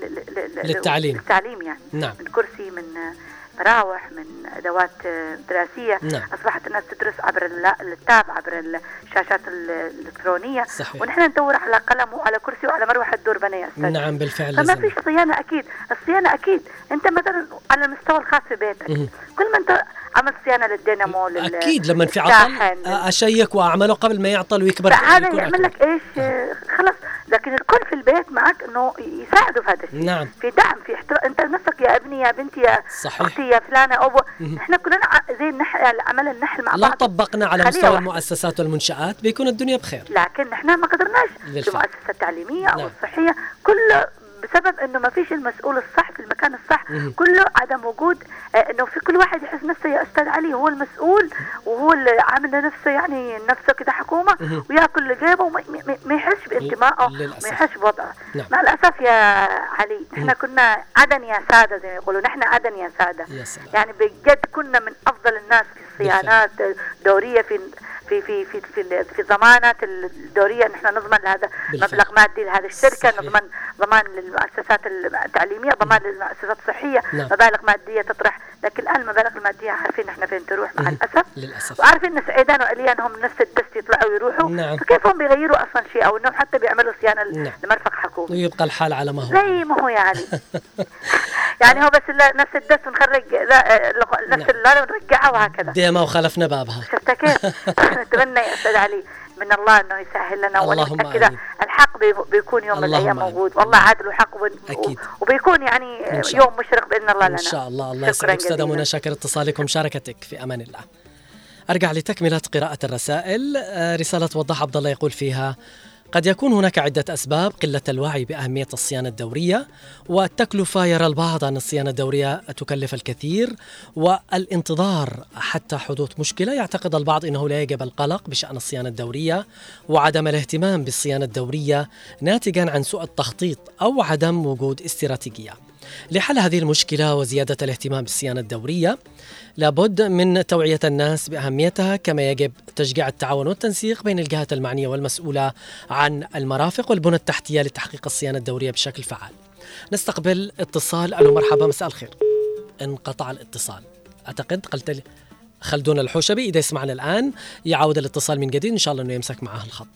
للتعليم للتعليم يعني. نعم. من كرسي، من مراوح، من أدوات دراسية. نعم. أصبحت الناس تدرس عبر التاب، عبر الشاشات الإلكترونية. صحيح. ونحن ندور على قلم وعلى كرسي وعلى مروحة تدور بنا يا أستاذ. نعم بالفعل. فما فيش صيانة أكيد. الصيانة أكيد أنت مثلا على المستوى الخاص في بيتك م- كل ما أنت عملت صيانة للدينامو أكيد لما في عطل أشيك وأعمله قبل ما يعطل ويكبر. هذا يعمل لك إيش خلاص. لكن الكل في البيت معك انه يساعدوا في هذا الشيء. نعم. في دعم، في احترام. انت نفسك يا ابني يا بنتي يا صحيح. اختي يا فلانه او احنا كلنا زي النحل، عمل النحل مع بعض. لو طبقنا على مستوى واحد. المؤسسات والمنشآت بيكون الدنيا بخير. لكن احنا ما قدرناش. المؤسسه التعليميه او نعم. الصحيه كله بسبب انه ما فيش المسؤول الصح في المكان الصح. مم. كله عدم وجود اه انه في كل واحد يحس نفسه يا استاذ علي هو المسؤول وهو اللي عامل لنفسه يعني نفسه كده حكومه. مم. وياكل اللي جايبه وما يحسش بانتمائه ما يحسش بوضعه. نعم. مع الاسف يا علي احنا كنا عدن يا ساده زي ما يقولوا، نحن عدن يا ساده. يعني بجد كنا من افضل الناس في الصيانات دوريه في في في في في, في الضمانات الدوريه. نحن نضمن لهذا مبلغ مادي لهذه الشركه. صحيح. نضمن ضمان للمؤسسات التعليميه، ضمان للمؤسسات الصحيه. نعم. مبالغ ماديه تطرح. لكن الان المبالغ الماديه عارفين احنا فين تروح مع الاسف. للاسف. وعارفين ان سعيدان واليان هم نفس الدست يطلعوا ويروحوا. نعم. فكيف هم بيغيروا اصلا شيء او انهم حتى بيعملوا صيانه. نعم. لمرفق حكومي ويبقى الحال على ما هو زي ما هو يعني. يعني هو بس نفس الدست ونخرج نفس اللون ونرجعها وهكذا. ديما وخلفنا بابها. شفت كيف؟ نتمنى يا استاذ علي من الله انه يسهل لنا ونتاكد الحق بيكون يوم من الايام موجود. والله عادل وحق أكيد. وبيكون يعني يوم مشرق باذن الله لنا ان شاء الله. الله يسعدك استاذه منى، شاكر اتصالك ومشاركتك. في امان الله. ارجع لتكمله قراءه الرسائل. رساله وضاح عبد الله يقول فيها: قد يكون هناك عدة أسباب: قلة الوعي بأهمية الصيانة الدورية، والتكلفة، يرى البعض أن الصيانة الدورية تكلف الكثير، والانتظار حتى حدوث مشكلة. يعتقد البعض أنه لا يجب القلق بشأن الصيانة الدورية، وعدم الاهتمام بالصيانة الدورية ناتجا عن سوء التخطيط أو عدم وجود استراتيجية. لحل هذه المشكلة وزيادة الاهتمام بالصيانة الدورية، لابد من توعية الناس بأهميتها، كما يجب تشجيع التعاون والتنسيق بين الجهات المعنية والمسؤولة عن المرافق والبنى التحتية لتحقيق الصيانة الدورية بشكل فعال. نستقبل اتصال. ألو مرحبا، مساء الخير. انقطع الاتصال. أعتقد قلت لي خلدون الحوشبي إذا يسمعنا الآن يعود الاتصال من جديد، إن شاء الله أنه يمسك معه الخط.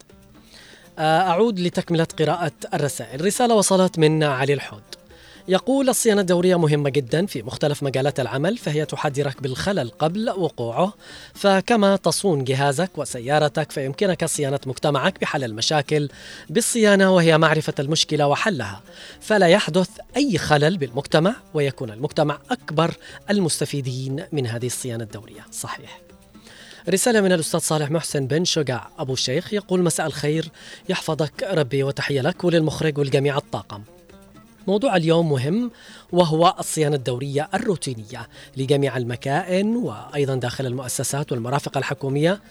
أعود لتكملة قراءة الرسائل. رسالة وصلت من علي الحود، يقول: الصيانة الدورية مهمة جدا في مختلف مجالات العمل، فهي تحذرك بالخلل قبل وقوعه، فكما تصون جهازك وسيارتك فيمكنك صيانة مجتمعك بحل المشاكل بالصيانة، وهي معرفة المشكلة وحلها، فلا يحدث أي خلل بالمجتمع، ويكون المجتمع أكبر المستفيدين من هذه الصيانة الدورية. صحيح. رسالة من الأستاذ صالح محسن بن شجاع أبو الشيخ، يقول: مساء الخير، يحفظك ربي، وتحية لك وللمخرج والجميع الطاقم. موضوع اليوم مهم، وهو الصيانة الدورية الروتينية لجميع المكائن وأيضا داخل المؤسسات والمرافق الحكومية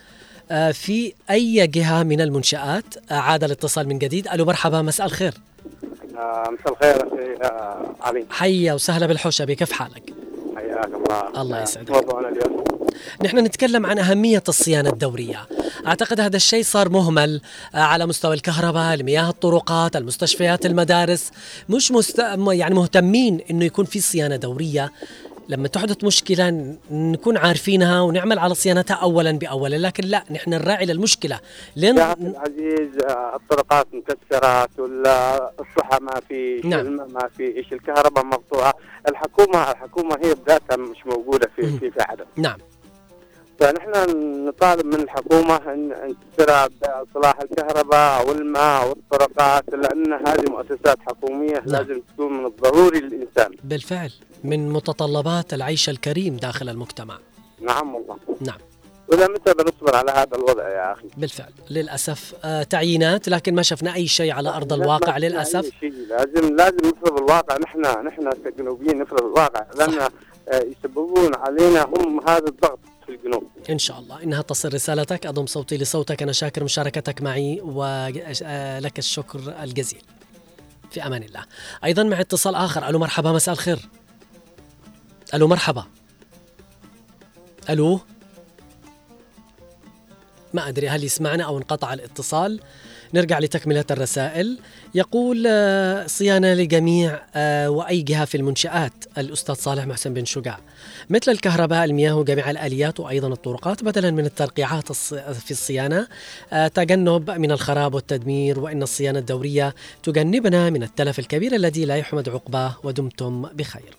في أي جهة من المنشآت. عاد الاتصال من جديد. ألو مرحبا، مساء الخير. مساء الخير أخي علي. حيا وسهلا بالحوشبي، كيف حالك؟ حياك الله. الله يسعدك. موضوعنا اليوم نحن نتكلم عن أهمية الصيانة الدورية. أعتقد هذا الشيء صار مهمل على مستوى الكهرباء، المياه، الطرقات، المستشفيات، المدارس، مش مست... يعني مهتمين إنه يكون في صيانة دورية. لما تحدث مشكلة نكون عارفينها ونعمل على صيانتها أولا بأولا، لكن لا، نحن نراعي للمشكلة. لين يا أخي العزيز الطرقات مكسرات ولا الصحة ما في، نعم. الماء ما في، إيش الكهرباء مقطوعة. الحكومة الحكومة هي بذاتها مش موجودة في في في عدم. نعم. فنحن نطالب من الحكومة أن تسرع بإصلاح الكهرباء والماء والطرقات، لأن هذه مؤسسات حكومية. نعم. لازم تكون من الضروري للإنسان. بالفعل من متطلبات العيش الكريم داخل المجتمع. نعم والله. نعم. ولا متى بنصبر على هذا الوضع يا أخي؟ بالفعل للأسف آه تعيينات، لكن ما شفنا أي شيء على أرض الواقع للأسف. شيء. لازم لازم نفرض الواقع. نحن نحن كجنوبيين نفرض الواقع، لأن آه يسببون علينا هم هذا الضغط في الجنوب. إن شاء الله إنها تصل رسالتك. أضم صوتي لصوتك. أنا شاكر مشاركتك معي ولك الشكر الجزيل. في أمان الله. أيضا مع اتصال آخر. ألو مرحبا، مساء الخير. ألو مرحبا. ألو، ما أدري هل يسمعنا أو انقطع الاتصال. نرجع لتكملة الرسائل. يقول: صيانة لجميع وأي جهة في المنشآت. الأستاذ صالح محسن بن شجاع، مثل الكهرباء، المياه، وجميع الآليات وأيضا الطرقات، بدلا من الترقيعات في الصيانة، تجنب من الخراب والتدمير، وإن الصيانة الدورية تجنبنا من التلف الكبير الذي لا يحمد عقباه، ودمتم بخير.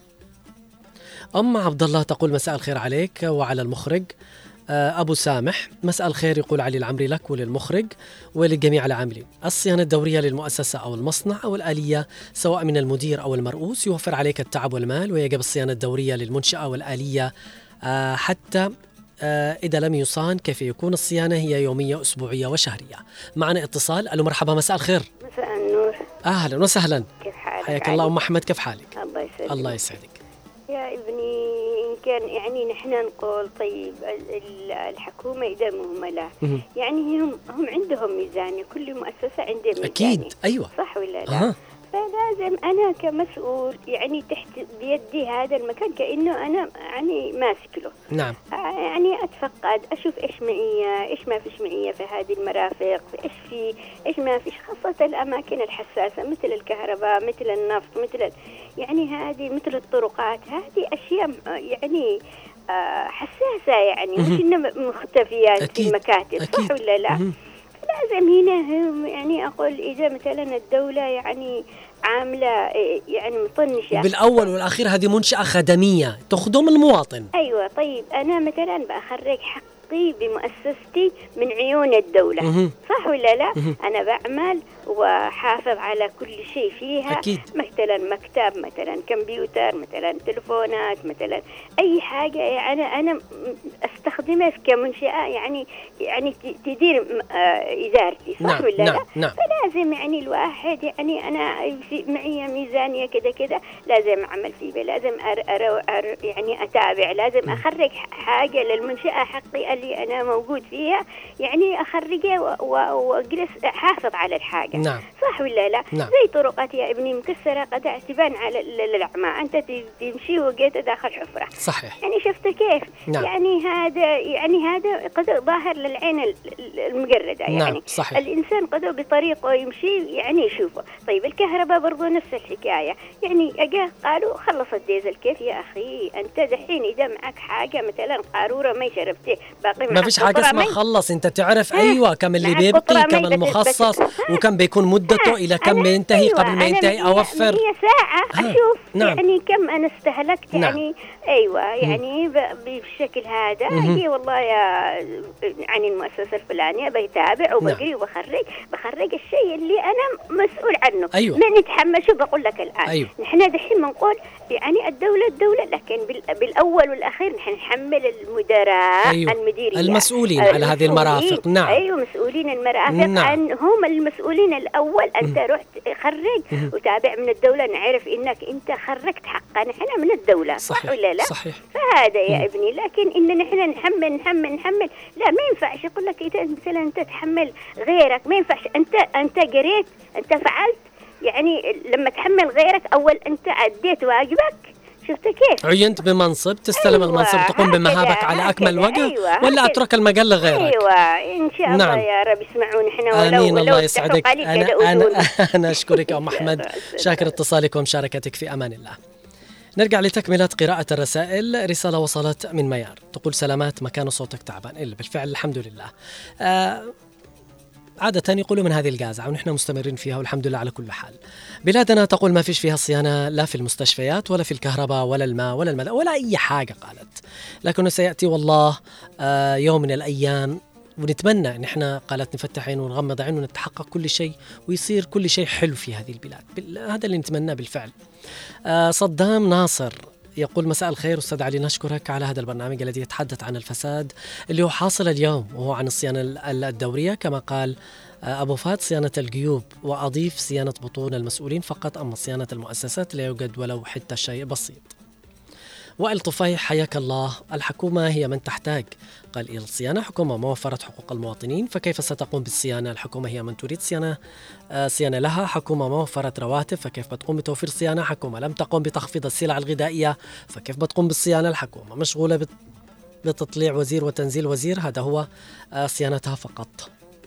أم عبد الله تقول: مساء الخير عليك وعلى المخرج. أبو سامح: مساء الخير، يقول علي العمري، لك وللمخرج وللجميع العاملين. الصيانة الدورية للمؤسسة أو المصنع أو الآلية، سواء من المدير أو المرؤوس، يوفر عليك التعب والمال، ويجب الصيانة الدورية للمنشأة والآلية حتى إذا لم يصان. كيف يكون الصيانة؟ هي يومية، أسبوعية، وشهرية. معنا اتصال. ألو مرحبا، مساء الخير. مساء النور. أهلا وسهلا. كيف حالك؟ حياك الله أم أحمد، كيف حالك؟ الله يسعدك. الله يسعدك يا ابني. إن كان يعني نحن نقول طيب الحكومة إذا مهملة، يعني هم هم عندهم ميزانية، كل مؤسسة عندها ميزانية. أكيد. أيوة. صح ولا لا؟ أه. فلازم أنا كمسؤول يعني تحت بيدي هذا المكان كأنه أنا يعني ماسك له. نعم. يعني أتفقد، أشوف إيش معية، إيش ما فيش معية في هذه المرافق، إيش في، إيش ما فيش، خاصة الأماكن الحساسة مثل الكهرباء، مثل النفط، مثل يعني هذه، مثل الطرقات، هذه أشياء يعني حساسة، يعني مش إنها مختفيات في المكاتب. صح ولا لا؟ لازم هنا يعني أقول إذا مثلا الدولة يعني عاملة يعني مطنشة، بالأول والأخير هذه منشأة خدمية تخدم المواطن. أيوة. طيب أنا مثلا بأخرج حقي بمؤسستي من عيون الدولة. مه. صح ولا لا؟ مه. أنا بعمل وحافظ على كل شيء فيها. أكيد. مثلا مكتب، مثلا كمبيوتر، مثلا تلفونات، مثلا أي حاجة يعني أنا أستخدمها كمنشأة يعني يعني تدير إدارتي، صح نعم ولا نعم لا؟ نعم. فلازم يعني الواحد يعني أنا في معي ميزانية كذا كذا لازم أعمل فيه، لازم أر أر أر يعني أتابع، لازم أخرج حاجة للمنشأة حقي اللي أنا موجود فيها، يعني أخرجها وأجلس أحافظ على الحاجة. نعم. صح ولا لا؟ نعم. زي طرقات يا ابني مكسرة قد تبان على الأعمى، أنت تمشي وجيت داخل حفرة. صحيح. يعني شفت كيف؟ نعم. يعني هذا يعني هذا قد ظاهر للعين المجردة. نعم. يعني صحيح. الإنسان قد بطريقه يمشي يعني يشوفه. طيب الكهرباء برضو نفس الحكاية، يعني أجا قالوا خلص الديزل. كيف يا أخي أنت دحين إذا معك حاجة مثلا قارورة ما شربتي باقي ما فيش حاجة اسمها خلص، أنت تعرف أيوة كم اللي بيبقي، كم المخصص، وكم بيكون مدته، إلى كم بينتهي، أيوة قبل ما ينتهي أوفر هي ساعة أشوف نعم. يعني كم أنا استهلكت. نعم. يعني أيوة يعني بالشكل هذا هي والله يا يعني المؤسسة الفلانية بيتابع وبقري نعم. وبخرج بخرج الشيء اللي أنا مسؤول عنه. أيوة. ما نتحمل. شو بقول لك الآن؟ أيوة. نحن دحين بنقول يعني الدولة الدولة، لكن بالأول والأخير نحن نحمل المدراء. أيوة. المديرية المسؤولين على هذه المرافق. نعم. أيوة مسؤولين المرافق. نعم. أن هم المسؤولين الأول. أنت رحت خرج وتابع من الدولة، نعرف إنك أنت خرجت حقا نحن من الدولة. صحيح. صح ولا لا؟ صحيح. فهذا يا م. ابني، لكن إن نحن نحمل نحمل نحمل لا، ما ينفعش. يقول لك إذا مثلا أنت تحمل غيرك ما ينفعش. أنت أنت قريت، أنت فعلت، يعني لما تحمل غيرك أول أنت أديت واجبك. شفت كيف؟ عينت بمنصب، تستلم أيوة. المنصب، تقوم بمهابك على أكمل وجه. أيوة. ولا أترك المجال لغيرك. أيوة إن شاء الله. نعم. يا رب يسمعون إحنا ولو آمين. ولو الله يسعدك. أنا, أنا, أنا أشكرك أم أحمد، شاكر اتصالك ومشاركتك. في أمان الله. نرجع لتكملة قراءة الرسائل. رسالة وصلت من ميار تقول سلامات، مكان صوتك تعبان. إلا بالفعل الحمد لله. آه عادة يقولوا من هذه الجازعة ونحن مستمرين فيها والحمد لله على كل حال. بلادنا تقول ما فيش فيها صيانة، لا في المستشفيات ولا في الكهرباء ولا الماء ولا الماء ولا أي حاجة قالت، لكنه سيأتي والله آه يوم من الأيام ونتمنى ان احنا قالت نفتح عين ونغمض عين ونتحقق كل شيء ويصير كل شيء حلو في هذه البلاد. هذا اللي نتمناه بالفعل. آه صدام ناصر يقول مساء الخير أستاذ علي، نشكرك على هذا البرنامج الذي يتحدث عن الفساد اللي هو حاصل اليوم، وهو عن الصيانة الدورية كما قال أبو فهد، صيانة الجيوب، وأضيف صيانة بطون المسؤولين فقط، أما صيانة المؤسسات لا يوجد ولو حتى شيء بسيط. وائل طفيح حياك الله، الحكومة هي من تحتاج قال إلى الصيانة، حكومة ما وفرت حقوق المواطنين فكيف ستقوم بالصيانة؟ الحكومة هي من تريد صيانة آه صيانة لها، حكومة ما وفرت رواتب فكيف بتقوم بتوفير صيانة؟ حكومة لم تقوم بتخفيض السلع الغذائية فكيف بتقوم بالصيانة؟ الحكومة مشغولة بت... بتطليع وزير وتنزيل وزير، هذا هو آه صيانتها فقط.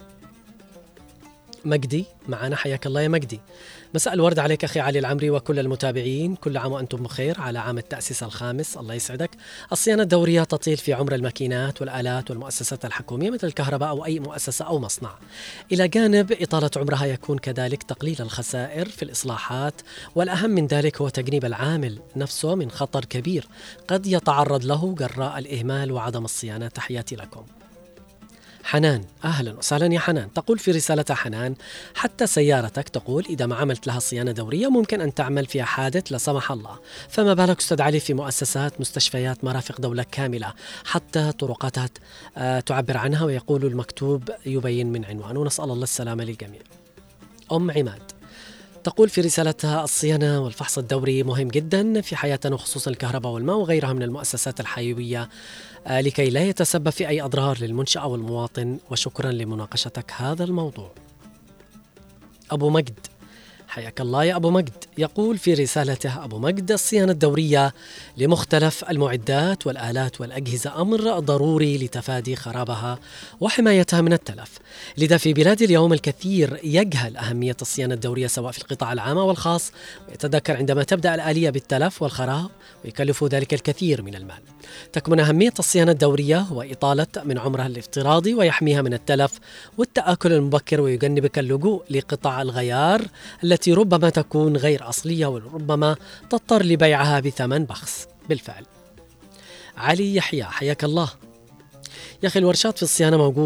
مجدي معنا، حياك الله يا مجدي. مساء الورد عليك أخي علي العمري وكل المتابعين، كل عام وأنتم بخير على عام التأسيس الخامس، الله يسعدك. الصيانة الدورية تطيل في عمر الماكينات والآلات والمؤسسات الحكومية مثل الكهرباء أو أي مؤسسة أو مصنع، إلى جانب إطالة عمرها يكون كذلك تقليل الخسائر في الإصلاحات، والأهم من ذلك هو تجنيب العامل نفسه من خطر كبير قد يتعرض له جراء الإهمال وعدم الصيانة. تحياتي لكم. حنان، أهلا وسهلا يا حنان، تقول في رسالتها حنان حتى سيارتك تقول إذا ما عملت لها صيانة دورية ممكن أن تعمل فيها حادث لا سمح الله، فما بالك أستاذ علي في مؤسسات مستشفيات مرافق دولة كاملة حتى طرقاتها تعبر عنها ويقول المكتوب يبين من عنوان، ونسأل الله السلامة للجميع. أم عماد تقول في رسالتها الصيانة والفحص الدوري مهم جدا في حياتنا وخصوصا الكهرباء والماء وغيرها من المؤسسات الحيوية لكي لا يتسبب في أي أضرار للمنشأة والمواطن، وشكرا لمناقشتك هذا الموضوع. أبو مجد، حياك الله يا أبو مجد، يقول في رسالته أبو مجد الصيانة الدورية لمختلف المعدات والآلات والأجهزة أمر ضروري لتفادي خرابها وحمايتها من التلف، لذا في بلاد اليوم الكثير يجهل أهمية الصيانة الدورية سواء في القطاع العام والخاص، ويتذكر عندما تبدأ الآلية بالتلف والخراب ويكلف ذلك الكثير من المال. تكمن أهمية الصيانة الدورية هو إطالة من عمرها الافتراضي ويحميها من التلف والتآكل المبكر، ويجنبك اللجوء لقطع الغيار التي ربما تكون غير أصلية وربما تضطر لبيعها بثمن بخس. بالفعل. علي يحيى، حياك الله. يا أخي الورشات في الصيانة موجودة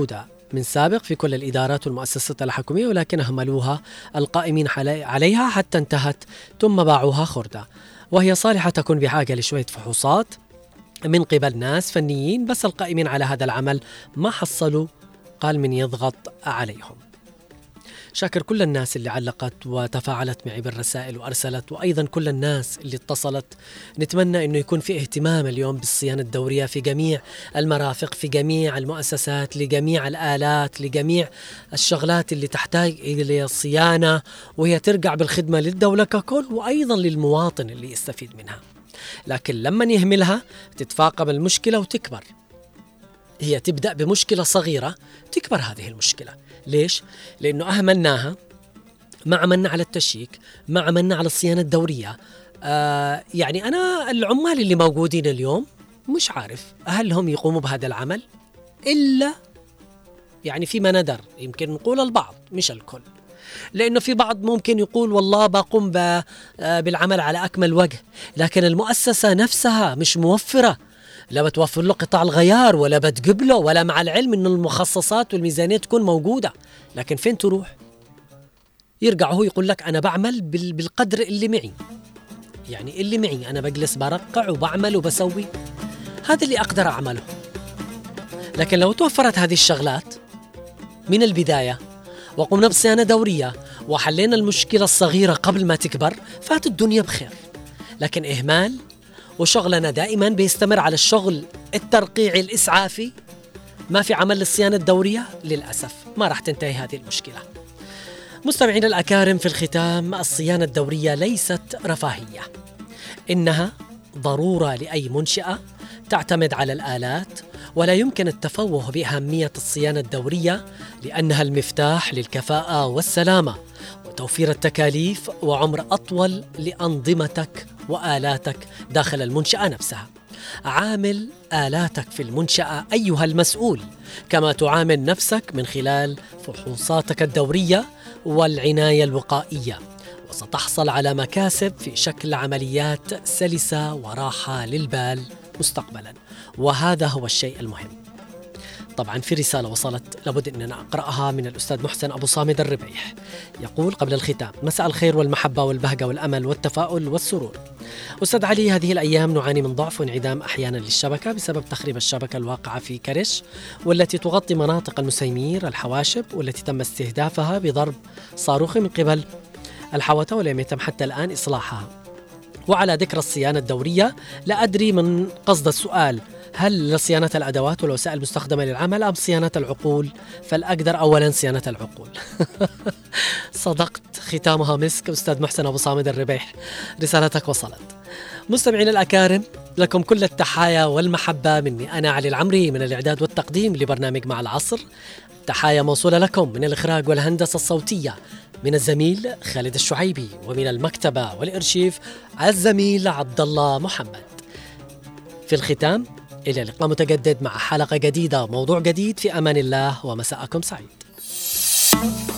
من سابق في كل الإدارات والمؤسسات الحكومية، ولكن أهملوها القائمين عليها حتى انتهت ثم باعوها خردة، وهي صالحة تكون بحاجة لشوية فحوصات من قبل ناس فنيين، بس القائمين على هذا العمل ما حصلوا قال من يضغط عليهم. شاكر كل الناس اللي علقت وتفاعلت معي بالرسائل وأرسلت، وأيضا كل الناس اللي اتصلت. نتمنى أنه يكون في اهتمام اليوم بالصيانة الدورية في جميع المرافق، في جميع المؤسسات، لجميع الآلات، لجميع الشغلات اللي تحتاج إلى صيانة، وهي ترجع بالخدمة للدولة ككل وأيضا للمواطن اللي يستفيد منها. لكن لما يهملها تتفاقم المشكلة وتكبر. هي تبدأ بمشكلة صغيرة تكبر هذه المشكلة. ليش؟ لأنه أهملناها، ما عملنا على التشيك، ما عملنا على الصيانة الدورية. آه يعني أنا العمال اللي موجودين اليوم مش عارف هل هم يقوموا بهذا العمل إلا يعني فيما ندر، يمكن نقول البعض مش الكل، لأنه في بعض ممكن يقول والله بقوم بالعمل على أكمل وجه، لكن المؤسسة نفسها مش موفرة، لا بتوفر له قطع الغيار ولا بتجيب له، ولا مع العلم إنه المخصصات والميزانية تكون موجودة، لكن فين تروح؟ يرجع هو يقول لك أنا بعمل بالقدر اللي معي، يعني اللي معي أنا بجلس برقع وبعمل وبسوي، هذا اللي أقدر أعمله. لكن لو توفرت هذه الشغلات من البداية وقمنا بصيانة دورية وحلينا المشكلة الصغيرة قبل ما تكبر، فات الدنيا بخير. لكن إهمال وشغلنا دائما بيستمر على الشغل الترقيعي الإسعافي، ما في عمل للصيانة الدورية، للأسف ما راح تنتهي هذه المشكلة. مستمعين الأكارم، في الختام، الصيانة الدورية ليست رفاهية، إنها ضرورة لأي منشأة تعتمد على الآلات، ولا يمكن التفوه بأهمية الصيانة الدورية لأنها المفتاح للكفاءة والسلامة وتوفير التكاليف وعمر أطول لأنظمتك وآلاتك داخل المنشأة نفسها. عامل آلاتك في المنشأة أيها المسؤول كما تعامل نفسك من خلال فحوصاتك الدورية والعناية الوقائية، وستحصل على مكاسب في شكل عمليات سلسة وراحة للبال مستقبلا، وهذا هو الشيء المهم. طبعا في رسالة وصلت لابد أننا أقرأها من الأستاذ محسن أبو صامد الربيح، يقول قبل الختام: مساء الخير والمحبة والبهجة والأمل والتفاؤل والسرور. أستاذ علي، هذه الأيام نعاني من ضعف وانعدام أحيانا للشبكة بسبب تخريب الشبكة الواقعة في كرش، والتي تغطي مناطق المسيمير الحواشب، والتي تم استهدافها بضرب صاروخي من قبل الحوثة ولم يتم حتى الآن إصلاحها. وعلى ذكر الصيانة الدورية، لا أدري من قصد السؤال، هل لصيانة الأدوات والوسائل المستخدمة للعمل أم صيانة العقول؟ فالأقدر أولا صيانة العقول. صدقت، ختامها مسك. أستاذ محسن أبو صامد الربيح، رسالتك وصلت. مستمعين الأكارم، لكم كل التحايا والمحبة مني أنا علي العمري من الإعداد والتقديم لبرنامج مع العصر. تحايا موصولة لكم من الإخراج والهندسة الصوتية من الزميل خالد الشعيبي، ومن المكتبة والإرشيف الزميل عبد الله محمد. في الختام، إلى لقاء متجدد مع حلقة جديدة، موضوع جديد، في أمان الله، ومساءكم سعيد.